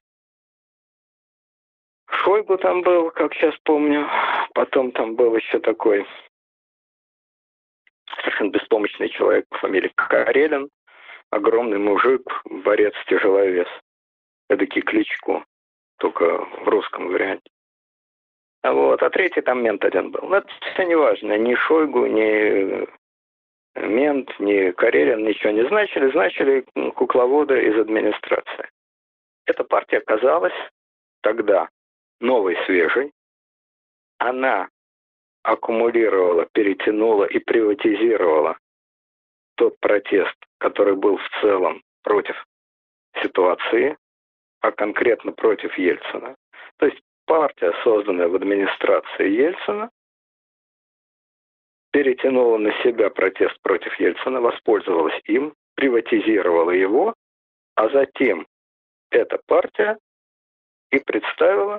Шойгу там был, как сейчас помню. Потом там был еще такой совершенно беспомощный человек по фамилии Карелин. Огромный мужик, борец тяжеловес. Эдакий Кличко, только в русском варианте. А третий там мент один был. Но это все не важно. Ни Шойгу, ни мент, ни Карелин ничего не значили. Значили кукловоды из администрации. Эта партия оказалась тогда новой, свежей. Она аккумулировала, перетянула и приватизировала тот протест, который был в целом против ситуации, а конкретно против Ельцина. То есть партия, созданная в администрации Ельцина, перетянула на себя протест против Ельцина, воспользовалась им, приватизировала его, а затем эта партия и представила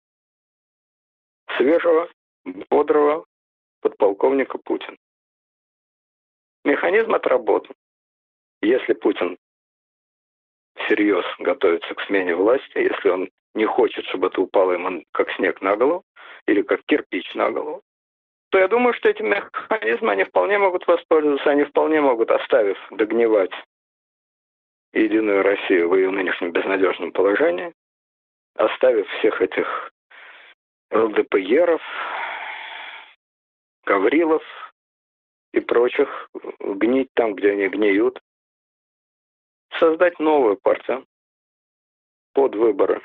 свежего, бодрого подполковника Путина. Механизм отработан. Если Путин всерьез готовится к смене власти, если он не хочет, чтобы это упало ему как снег на голову или как кирпич на голову, то я думаю, что эти механизмы, они вполне могут воспользоваться, они вполне могут, оставив догнивать Единую Россию в ее нынешнем безнадежном положении, оставив всех этих ЛДПРов, Гаврилов и прочих гнить там, где они гниют, создать новую партию под выборы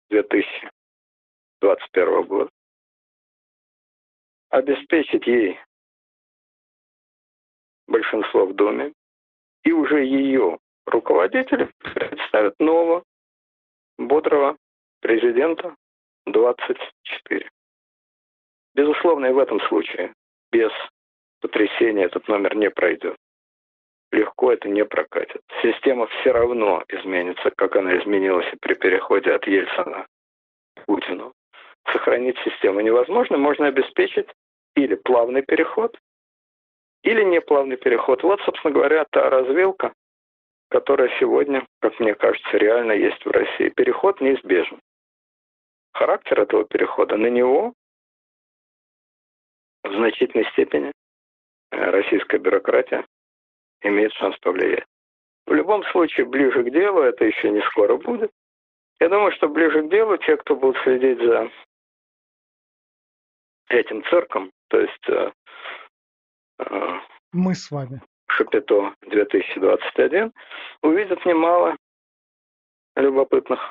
2021 года, обеспечить ей большинство в Думе, и уже ее руководители представят нового, бодрого президента 24. Безусловно, и в этом случае без потрясения этот номер не пройдет. Легко это не прокатит. Система все равно изменится, как она изменилась и при переходе от Ельцина к Путину. Сохранить систему невозможно, можно обеспечить или плавный переход, или неплавный переход. Вот, собственно говоря, та развилка, которая сегодня, как мне кажется, реально есть в России. Переход неизбежен. Характер этого перехода, на него в значительной степени российская бюрократия имеет шанс повлиять. В любом случае, ближе к делу, это еще не скоро будет. Я думаю, что ближе к делу те, кто будут следить за этим цирком, то есть мы с вами, Шапито 2021, увидят немало любопытных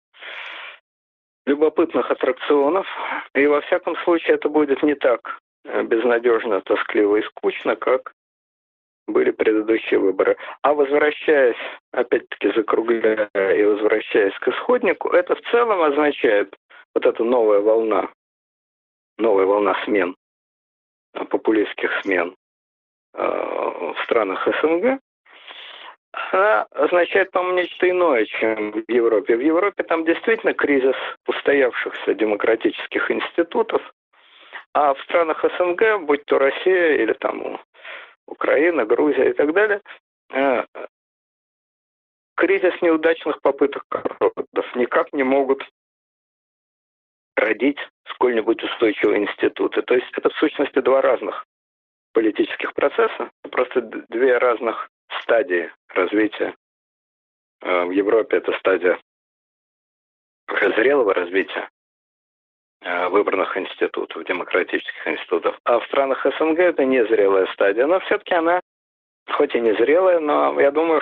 аттракционов. И во всяком случае это будет не так безнадежно, тоскливо и скучно, как были предыдущие выборы. А возвращаясь, опять-таки закругляя и возвращаясь к исходнику, это в целом означает вот эта новая волна смен, популистских смен в странах СНГ, она означает, по-моему, нечто иное, чем в Европе. В Европе там действительно кризис устоявшихся демократических институтов, а в странах СНГ, будь то Россия или там Украина, Грузия и так далее, кризис неудачных попыток родов никак не могут родить сколь-нибудь устойчивые институты. То есть это в сущности два разных политических процесса, просто две разных стадии развития. В Европе это стадия зрелого развития выбранных институтов, демократических институтов. А в странах СНГ это незрелая стадия. Но все-таки она, хоть и незрелая, но я думаю,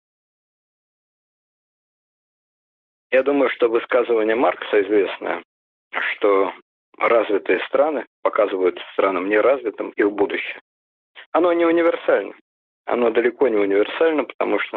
что высказывание Маркса известное, что развитые страны показывают странам неразвитым их будущее. Оно не универсально. Оно далеко не универсально, потому что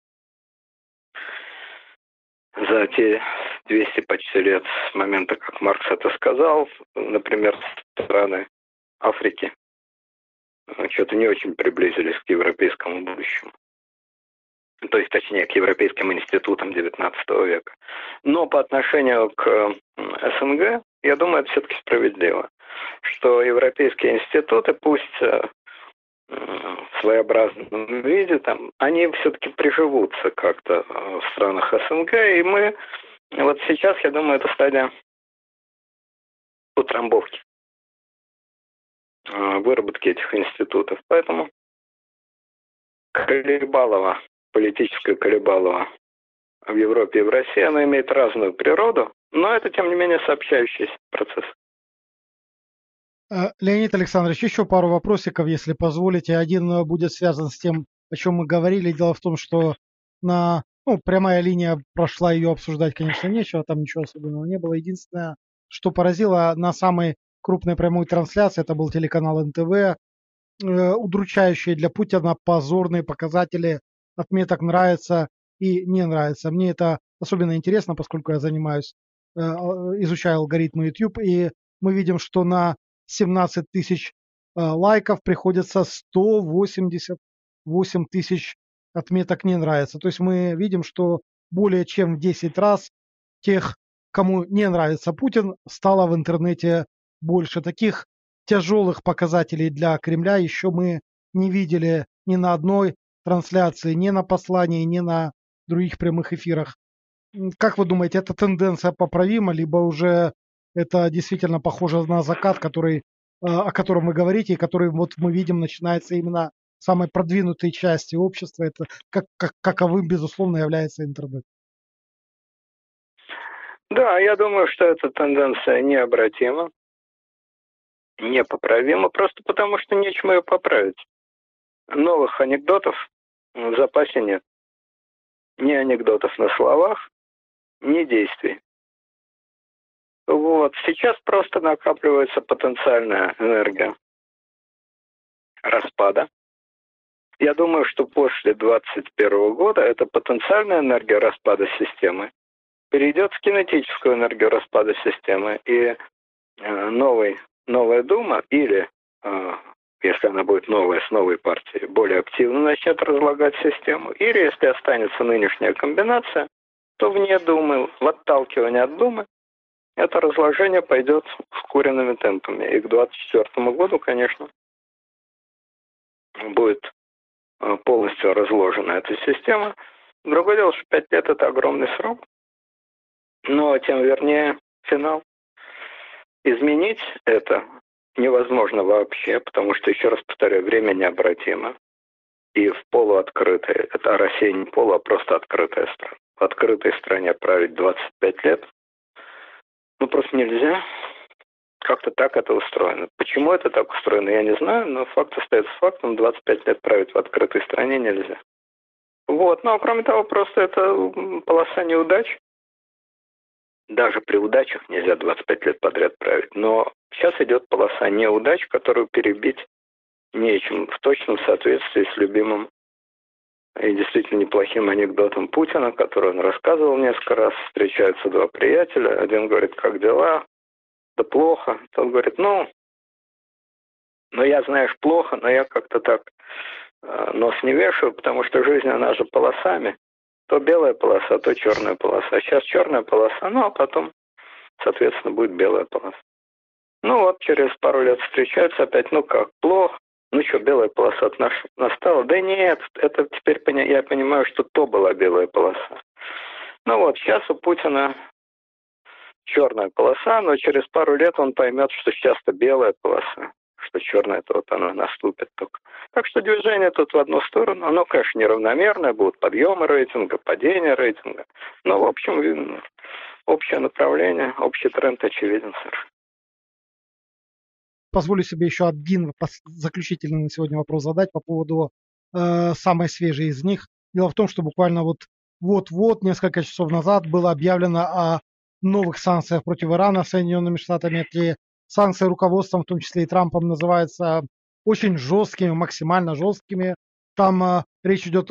за те 200 почти лет с момента, как Маркс это сказал, например, страны Африки что-то не очень приблизились к европейскому будущему. То есть, точнее, к европейским институтам XIX века. Но по отношению к СНГ, я думаю, это все-таки справедливо, что европейские институты, пусть в своеобразном виде, там, они все-таки приживутся как-то в странах СНГ, и мы вот сейчас, я думаю, это стадия утрамбовки, выработки этих институтов. Поэтому политическое колебалово в Европе и в России, оно имеет разную природу, но это, тем не менее, сообщающийся процесс. Леонид Александрович, еще пару вопросиков, если позволите. Один будет связан с тем, о чем мы говорили. Дело в том, что прямая линия прошла, ее обсуждать, конечно, нечего, там ничего особенного не было. Единственное, что поразило на самой крупной прямой трансляции, это был телеканал НТВ, удручающие для Путина позорные показатели отметок нравится и не нравится. Мне это особенно интересно, поскольку я занимаюсь, изучаю алгоритмы YouTube, и мы видим, что на 17 тысяч лайков приходится 188 тысяч отметок не нравится. То есть мы видим, что более чем в 10 раз тех, кому не нравится Путин, стало в интернете больше. Таких тяжелых показателей для Кремля еще мы не видели ни на одной трансляции, ни на послании, ни на других прямых эфирах. Как вы думаете, эта тенденция поправима, либо уже это действительно похоже на закат, который, о котором вы говорите, и который вот мы видим начинается именно в самой продвинутой части общества, это каковым, безусловно, является интернет? Да, я думаю, что эта тенденция необратима, непоправима, просто потому что нечем ее поправить. Новых анекдотов в запасе нет. Ни анекдотов на словах, ни действий. Вот. Сейчас просто накапливается потенциальная энергия распада. Я думаю, что после 2021 года эта потенциальная энергия распада системы перейдет в кинетическую энергию распада системы. И новая Дума или, если она будет новая с новой партией, более активно начнет разлагать систему. Или, если останется нынешняя комбинация, то вне Думы, в отталкивание от Думы, это разложение пойдет ускоренными темпами. И к 2024 году, конечно, будет полностью разложена эта система. Другое дело, что 5 лет – это огромный срок, но тем вернее финал. Изменить это невозможно вообще, потому что, еще раз повторяю, время необратимо. И в полуоткрытой, это Россия не полу, а просто открытая страна. В открытой стране править 25 лет, ну просто нельзя. Как-то так это устроено. Почему это так устроено, я не знаю, но факт остается фактом. 25 лет править в открытой стране нельзя. Вот, но кроме того, просто это полоса неудач. Даже при удачах нельзя 25 лет подряд править. Но сейчас идет полоса неудач, которую перебить нечем, в точном соответствии с любимым и действительно неплохим анекдотом Путина, который он рассказывал несколько раз. Встречаются два приятеля. Один говорит, как дела? Да плохо. Тот говорит, ну я, знаешь, плохо, но я как-то так нос не вешаю, потому что жизнь, она же полосами. То белая полоса, то черная полоса. Сейчас черная полоса, ну а потом, соответственно, будет белая полоса. Ну вот, через пару лет встречаются опять, ну как, плохо. Ну что, белая полоса настала? Да нет, это теперь я понимаю, что то была белая полоса. Ну вот, сейчас у Путина черная полоса, но через пару лет он поймет, что сейчас-то белая полоса, что черная-то вот она наступит только. Так что движение тут в одну сторону. Оно, конечно, неравномерное, будут подъемы рейтинга, падения рейтинга. Но, в общем, общее направление, общий тренд очевиден совершенно. Позволю себе еще один заключительный на сегодня вопрос задать по поводу самой свежей из них. Дело в том, что буквально вот несколько часов назад было объявлено о новых санкциях против Ирана Соединенными Штатами. Эти санкции руководством, в том числе и Трампом, называются очень жесткими, максимально жесткими. Там речь идет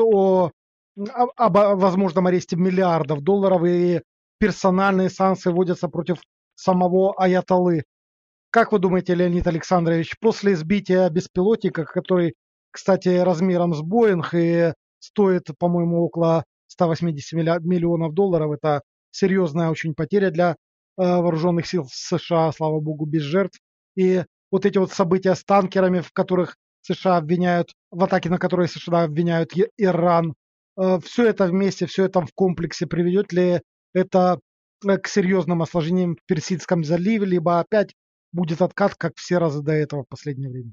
об возможном аресте миллиардов долларов, и персональные санкции вводятся против самого аятоллы. Как вы думаете, Леонид Александрович, после сбития беспилотника, который, кстати, размером с Боинг и стоит, по-моему, около 180 миллионов долларов, это серьезная очень потеря для вооруженных сил США, слава богу, без жертв. И вот эти вот события с танкерами, в которых США обвиняют, в атаке на которые США обвиняют Иран, все это вместе, все это в комплексе приведет ли это к серьезным осложнениям в Персидском заливе, либо опять будет откат, как все разы до этого в последнее время?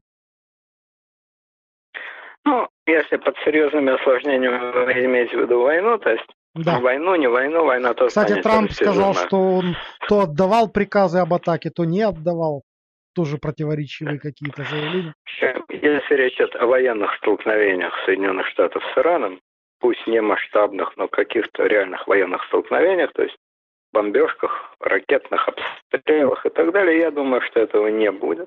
Ну, если под серьезными осложнениями вы имеете в виду войну, то есть да. Войну, не войну, война тоже. Кстати, Трамп сказал, что он то отдавал приказы об атаке, то не отдавал. Тоже противоречивые какие-то заявления. Если речь идет о военных столкновениях Соединенных Штатов с Ираном, пусть не масштабных, но каких-то реальных военных столкновениях, то есть бомбежках, ракетных обстрелах и так далее. Я думаю, что этого не будет.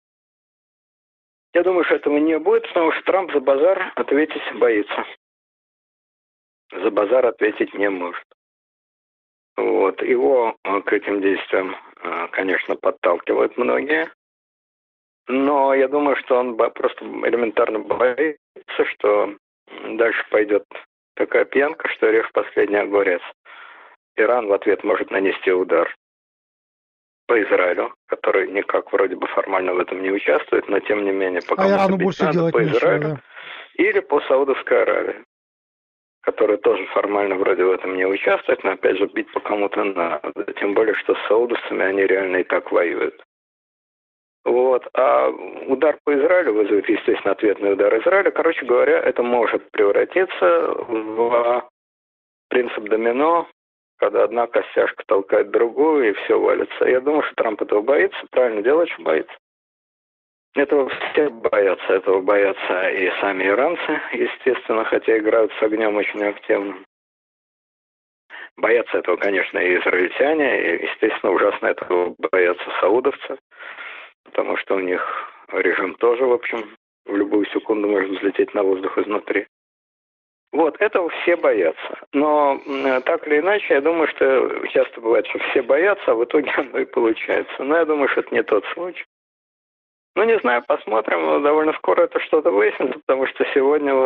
Я думаю, что этого не будет, потому что Трамп за базар ответить боится. За базар ответить не может. Вот. Его к этим действиям, конечно, подталкивают многие. Но я думаю, что он просто элементарно боится, что дальше пойдет такая пьянка, что режь последний огурец. Иран в ответ может нанести удар по Израилю, который никак вроде бы формально в этом не участвует, но тем не менее по кому-то Ирану бить больше надо, делать по нечего, Израилю, да. или по Саудовской Аравии, которая тоже формально вроде в этом не участвует, но опять же бить по кому-то надо. Тем более, что с саудовцами они реально и так воюют. Вот. А удар по Израилю вызовет, естественно, ответный удар Израиля. Короче говоря, это может превратиться в принцип домино, когда одна костяшка толкает другую, и все валится. Я думаю, что Трамп этого боится, правильно делает, что боится. Этого все боятся. Этого боятся и сами иранцы, естественно, хотя играют с огнем очень активно. Боятся этого, конечно, и израильтяне, и, естественно, ужасно этого боятся саудовцы, потому что у них режим тоже, в общем, в любую секунду может взлететь на воздух изнутри. Вот, этого все боятся. Но так или иначе, я думаю, что часто бывает, что все боятся, а в итоге оно и получается. Но я думаю, что это не тот случай. Ну, не знаю, посмотрим. Но довольно скоро это что-то выяснится, потому что сегодня,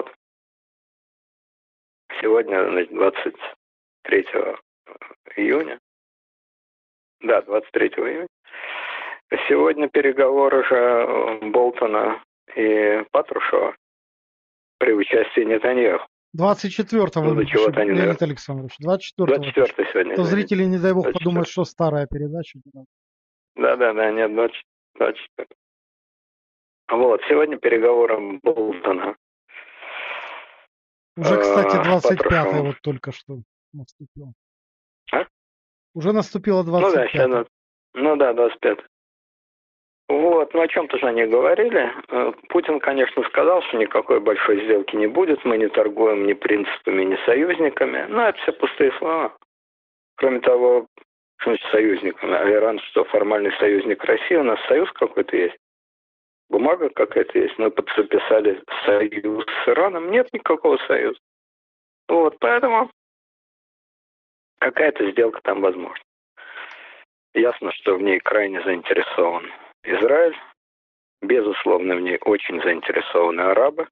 значит, 23 июня. Да, 23 июня. Сегодня переговоры же Болтона и Патрушева при участии Нетаньяху. 24-го, Ну, до чего-то они, Леонид Александрович. 24-го. 24 сегодня. То зрители, не дай бог, 24. подумают, что старая передача. Да, нет, 24. Вот, сегодня переговоры Болтона. Уже, кстати, 25-й Патрушевым. вот только что наступил. А? Уже наступило Ну да, 25-й. сейчас, 25. Вот, ну о чем-то же они говорили. Путин, конечно, сказал, что никакой большой сделки не будет, мы не торгуем ни принципами, ни союзниками. Но это все пустые слова. Кроме того, что значит союзниками? А Иран что, формальный союзник России? У нас союз какой-то есть? Бумага какая-то есть? Мы подписали союз с Ираном? Нет никакого союза. Вот, поэтому какая-то сделка там возможна. Ясно, что в ней крайне заинтересован Израиль. Безусловно, в ней очень заинтересованы арабы.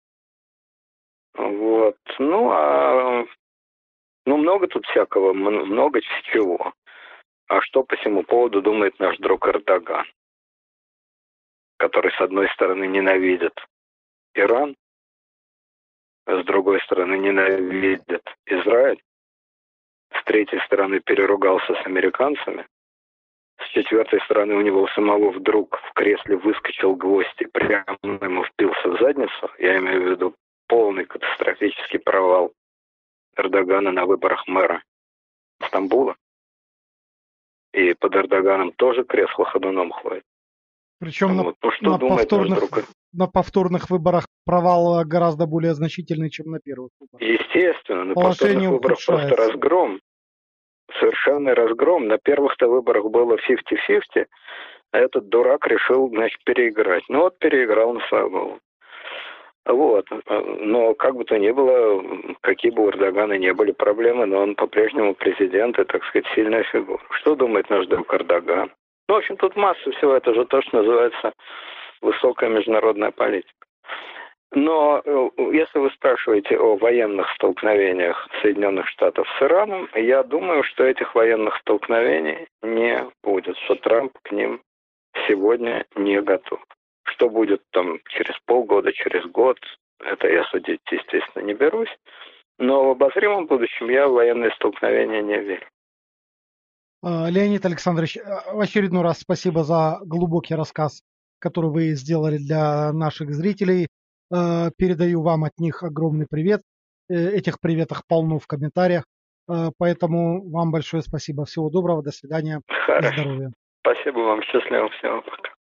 Вот. Ну, много тут всякого, много чего. А что по всему поводу думает наш друг Эрдоган, который, с одной стороны, ненавидит Иран, а с другой стороны, ненавидит Израиль, с третьей стороны, переругался с американцами, с четвертой стороны, у него самого вдруг в кресле выскочил гвоздь и прямо ему впился в задницу. Я имею в виду полный катастрофический провал Эрдогана на выборах мэра Стамбула. И под Эрдоганом тоже кресло ходуном ходит. Причем Вот. Ну, что думает наш друг? на повторных выборах провал гораздо более значительный, чем на первых выборах. Естественно, на Положение повторных выборах просто разгром. Совершенный разгром. На первых-то выборах было 50-50, а этот дурак решил, значит, переиграть. Ну вот переиграл на свою голову. Вот. Но как бы то ни было, какие бы у Эрдогана не были проблемы, но он по-прежнему президент и, так сказать, сильная фигура. Что думает наш друг Эрдоган? Ну, в общем, тут масса всего. Это же то, что называется высокая международная политика. Но если вы спрашиваете о военных столкновениях Соединенных Штатов с Ираном, я думаю, что этих военных столкновений не будет, что Трамп к ним сегодня не готов. Что будет там через полгода, через год, это я судить, естественно, не берусь. Но в обозримом будущем я в военные столкновения не верю. Леонид Александрович, в очередной раз спасибо за глубокий рассказ, который вы сделали для наших зрителей. Передаю вам от них огромный привет. Этих приветов полно в комментариях. Поэтому вам большое спасибо. Всего доброго, до свидания. Хорошо. И здоровья. Спасибо вам, счастливо, всего пока.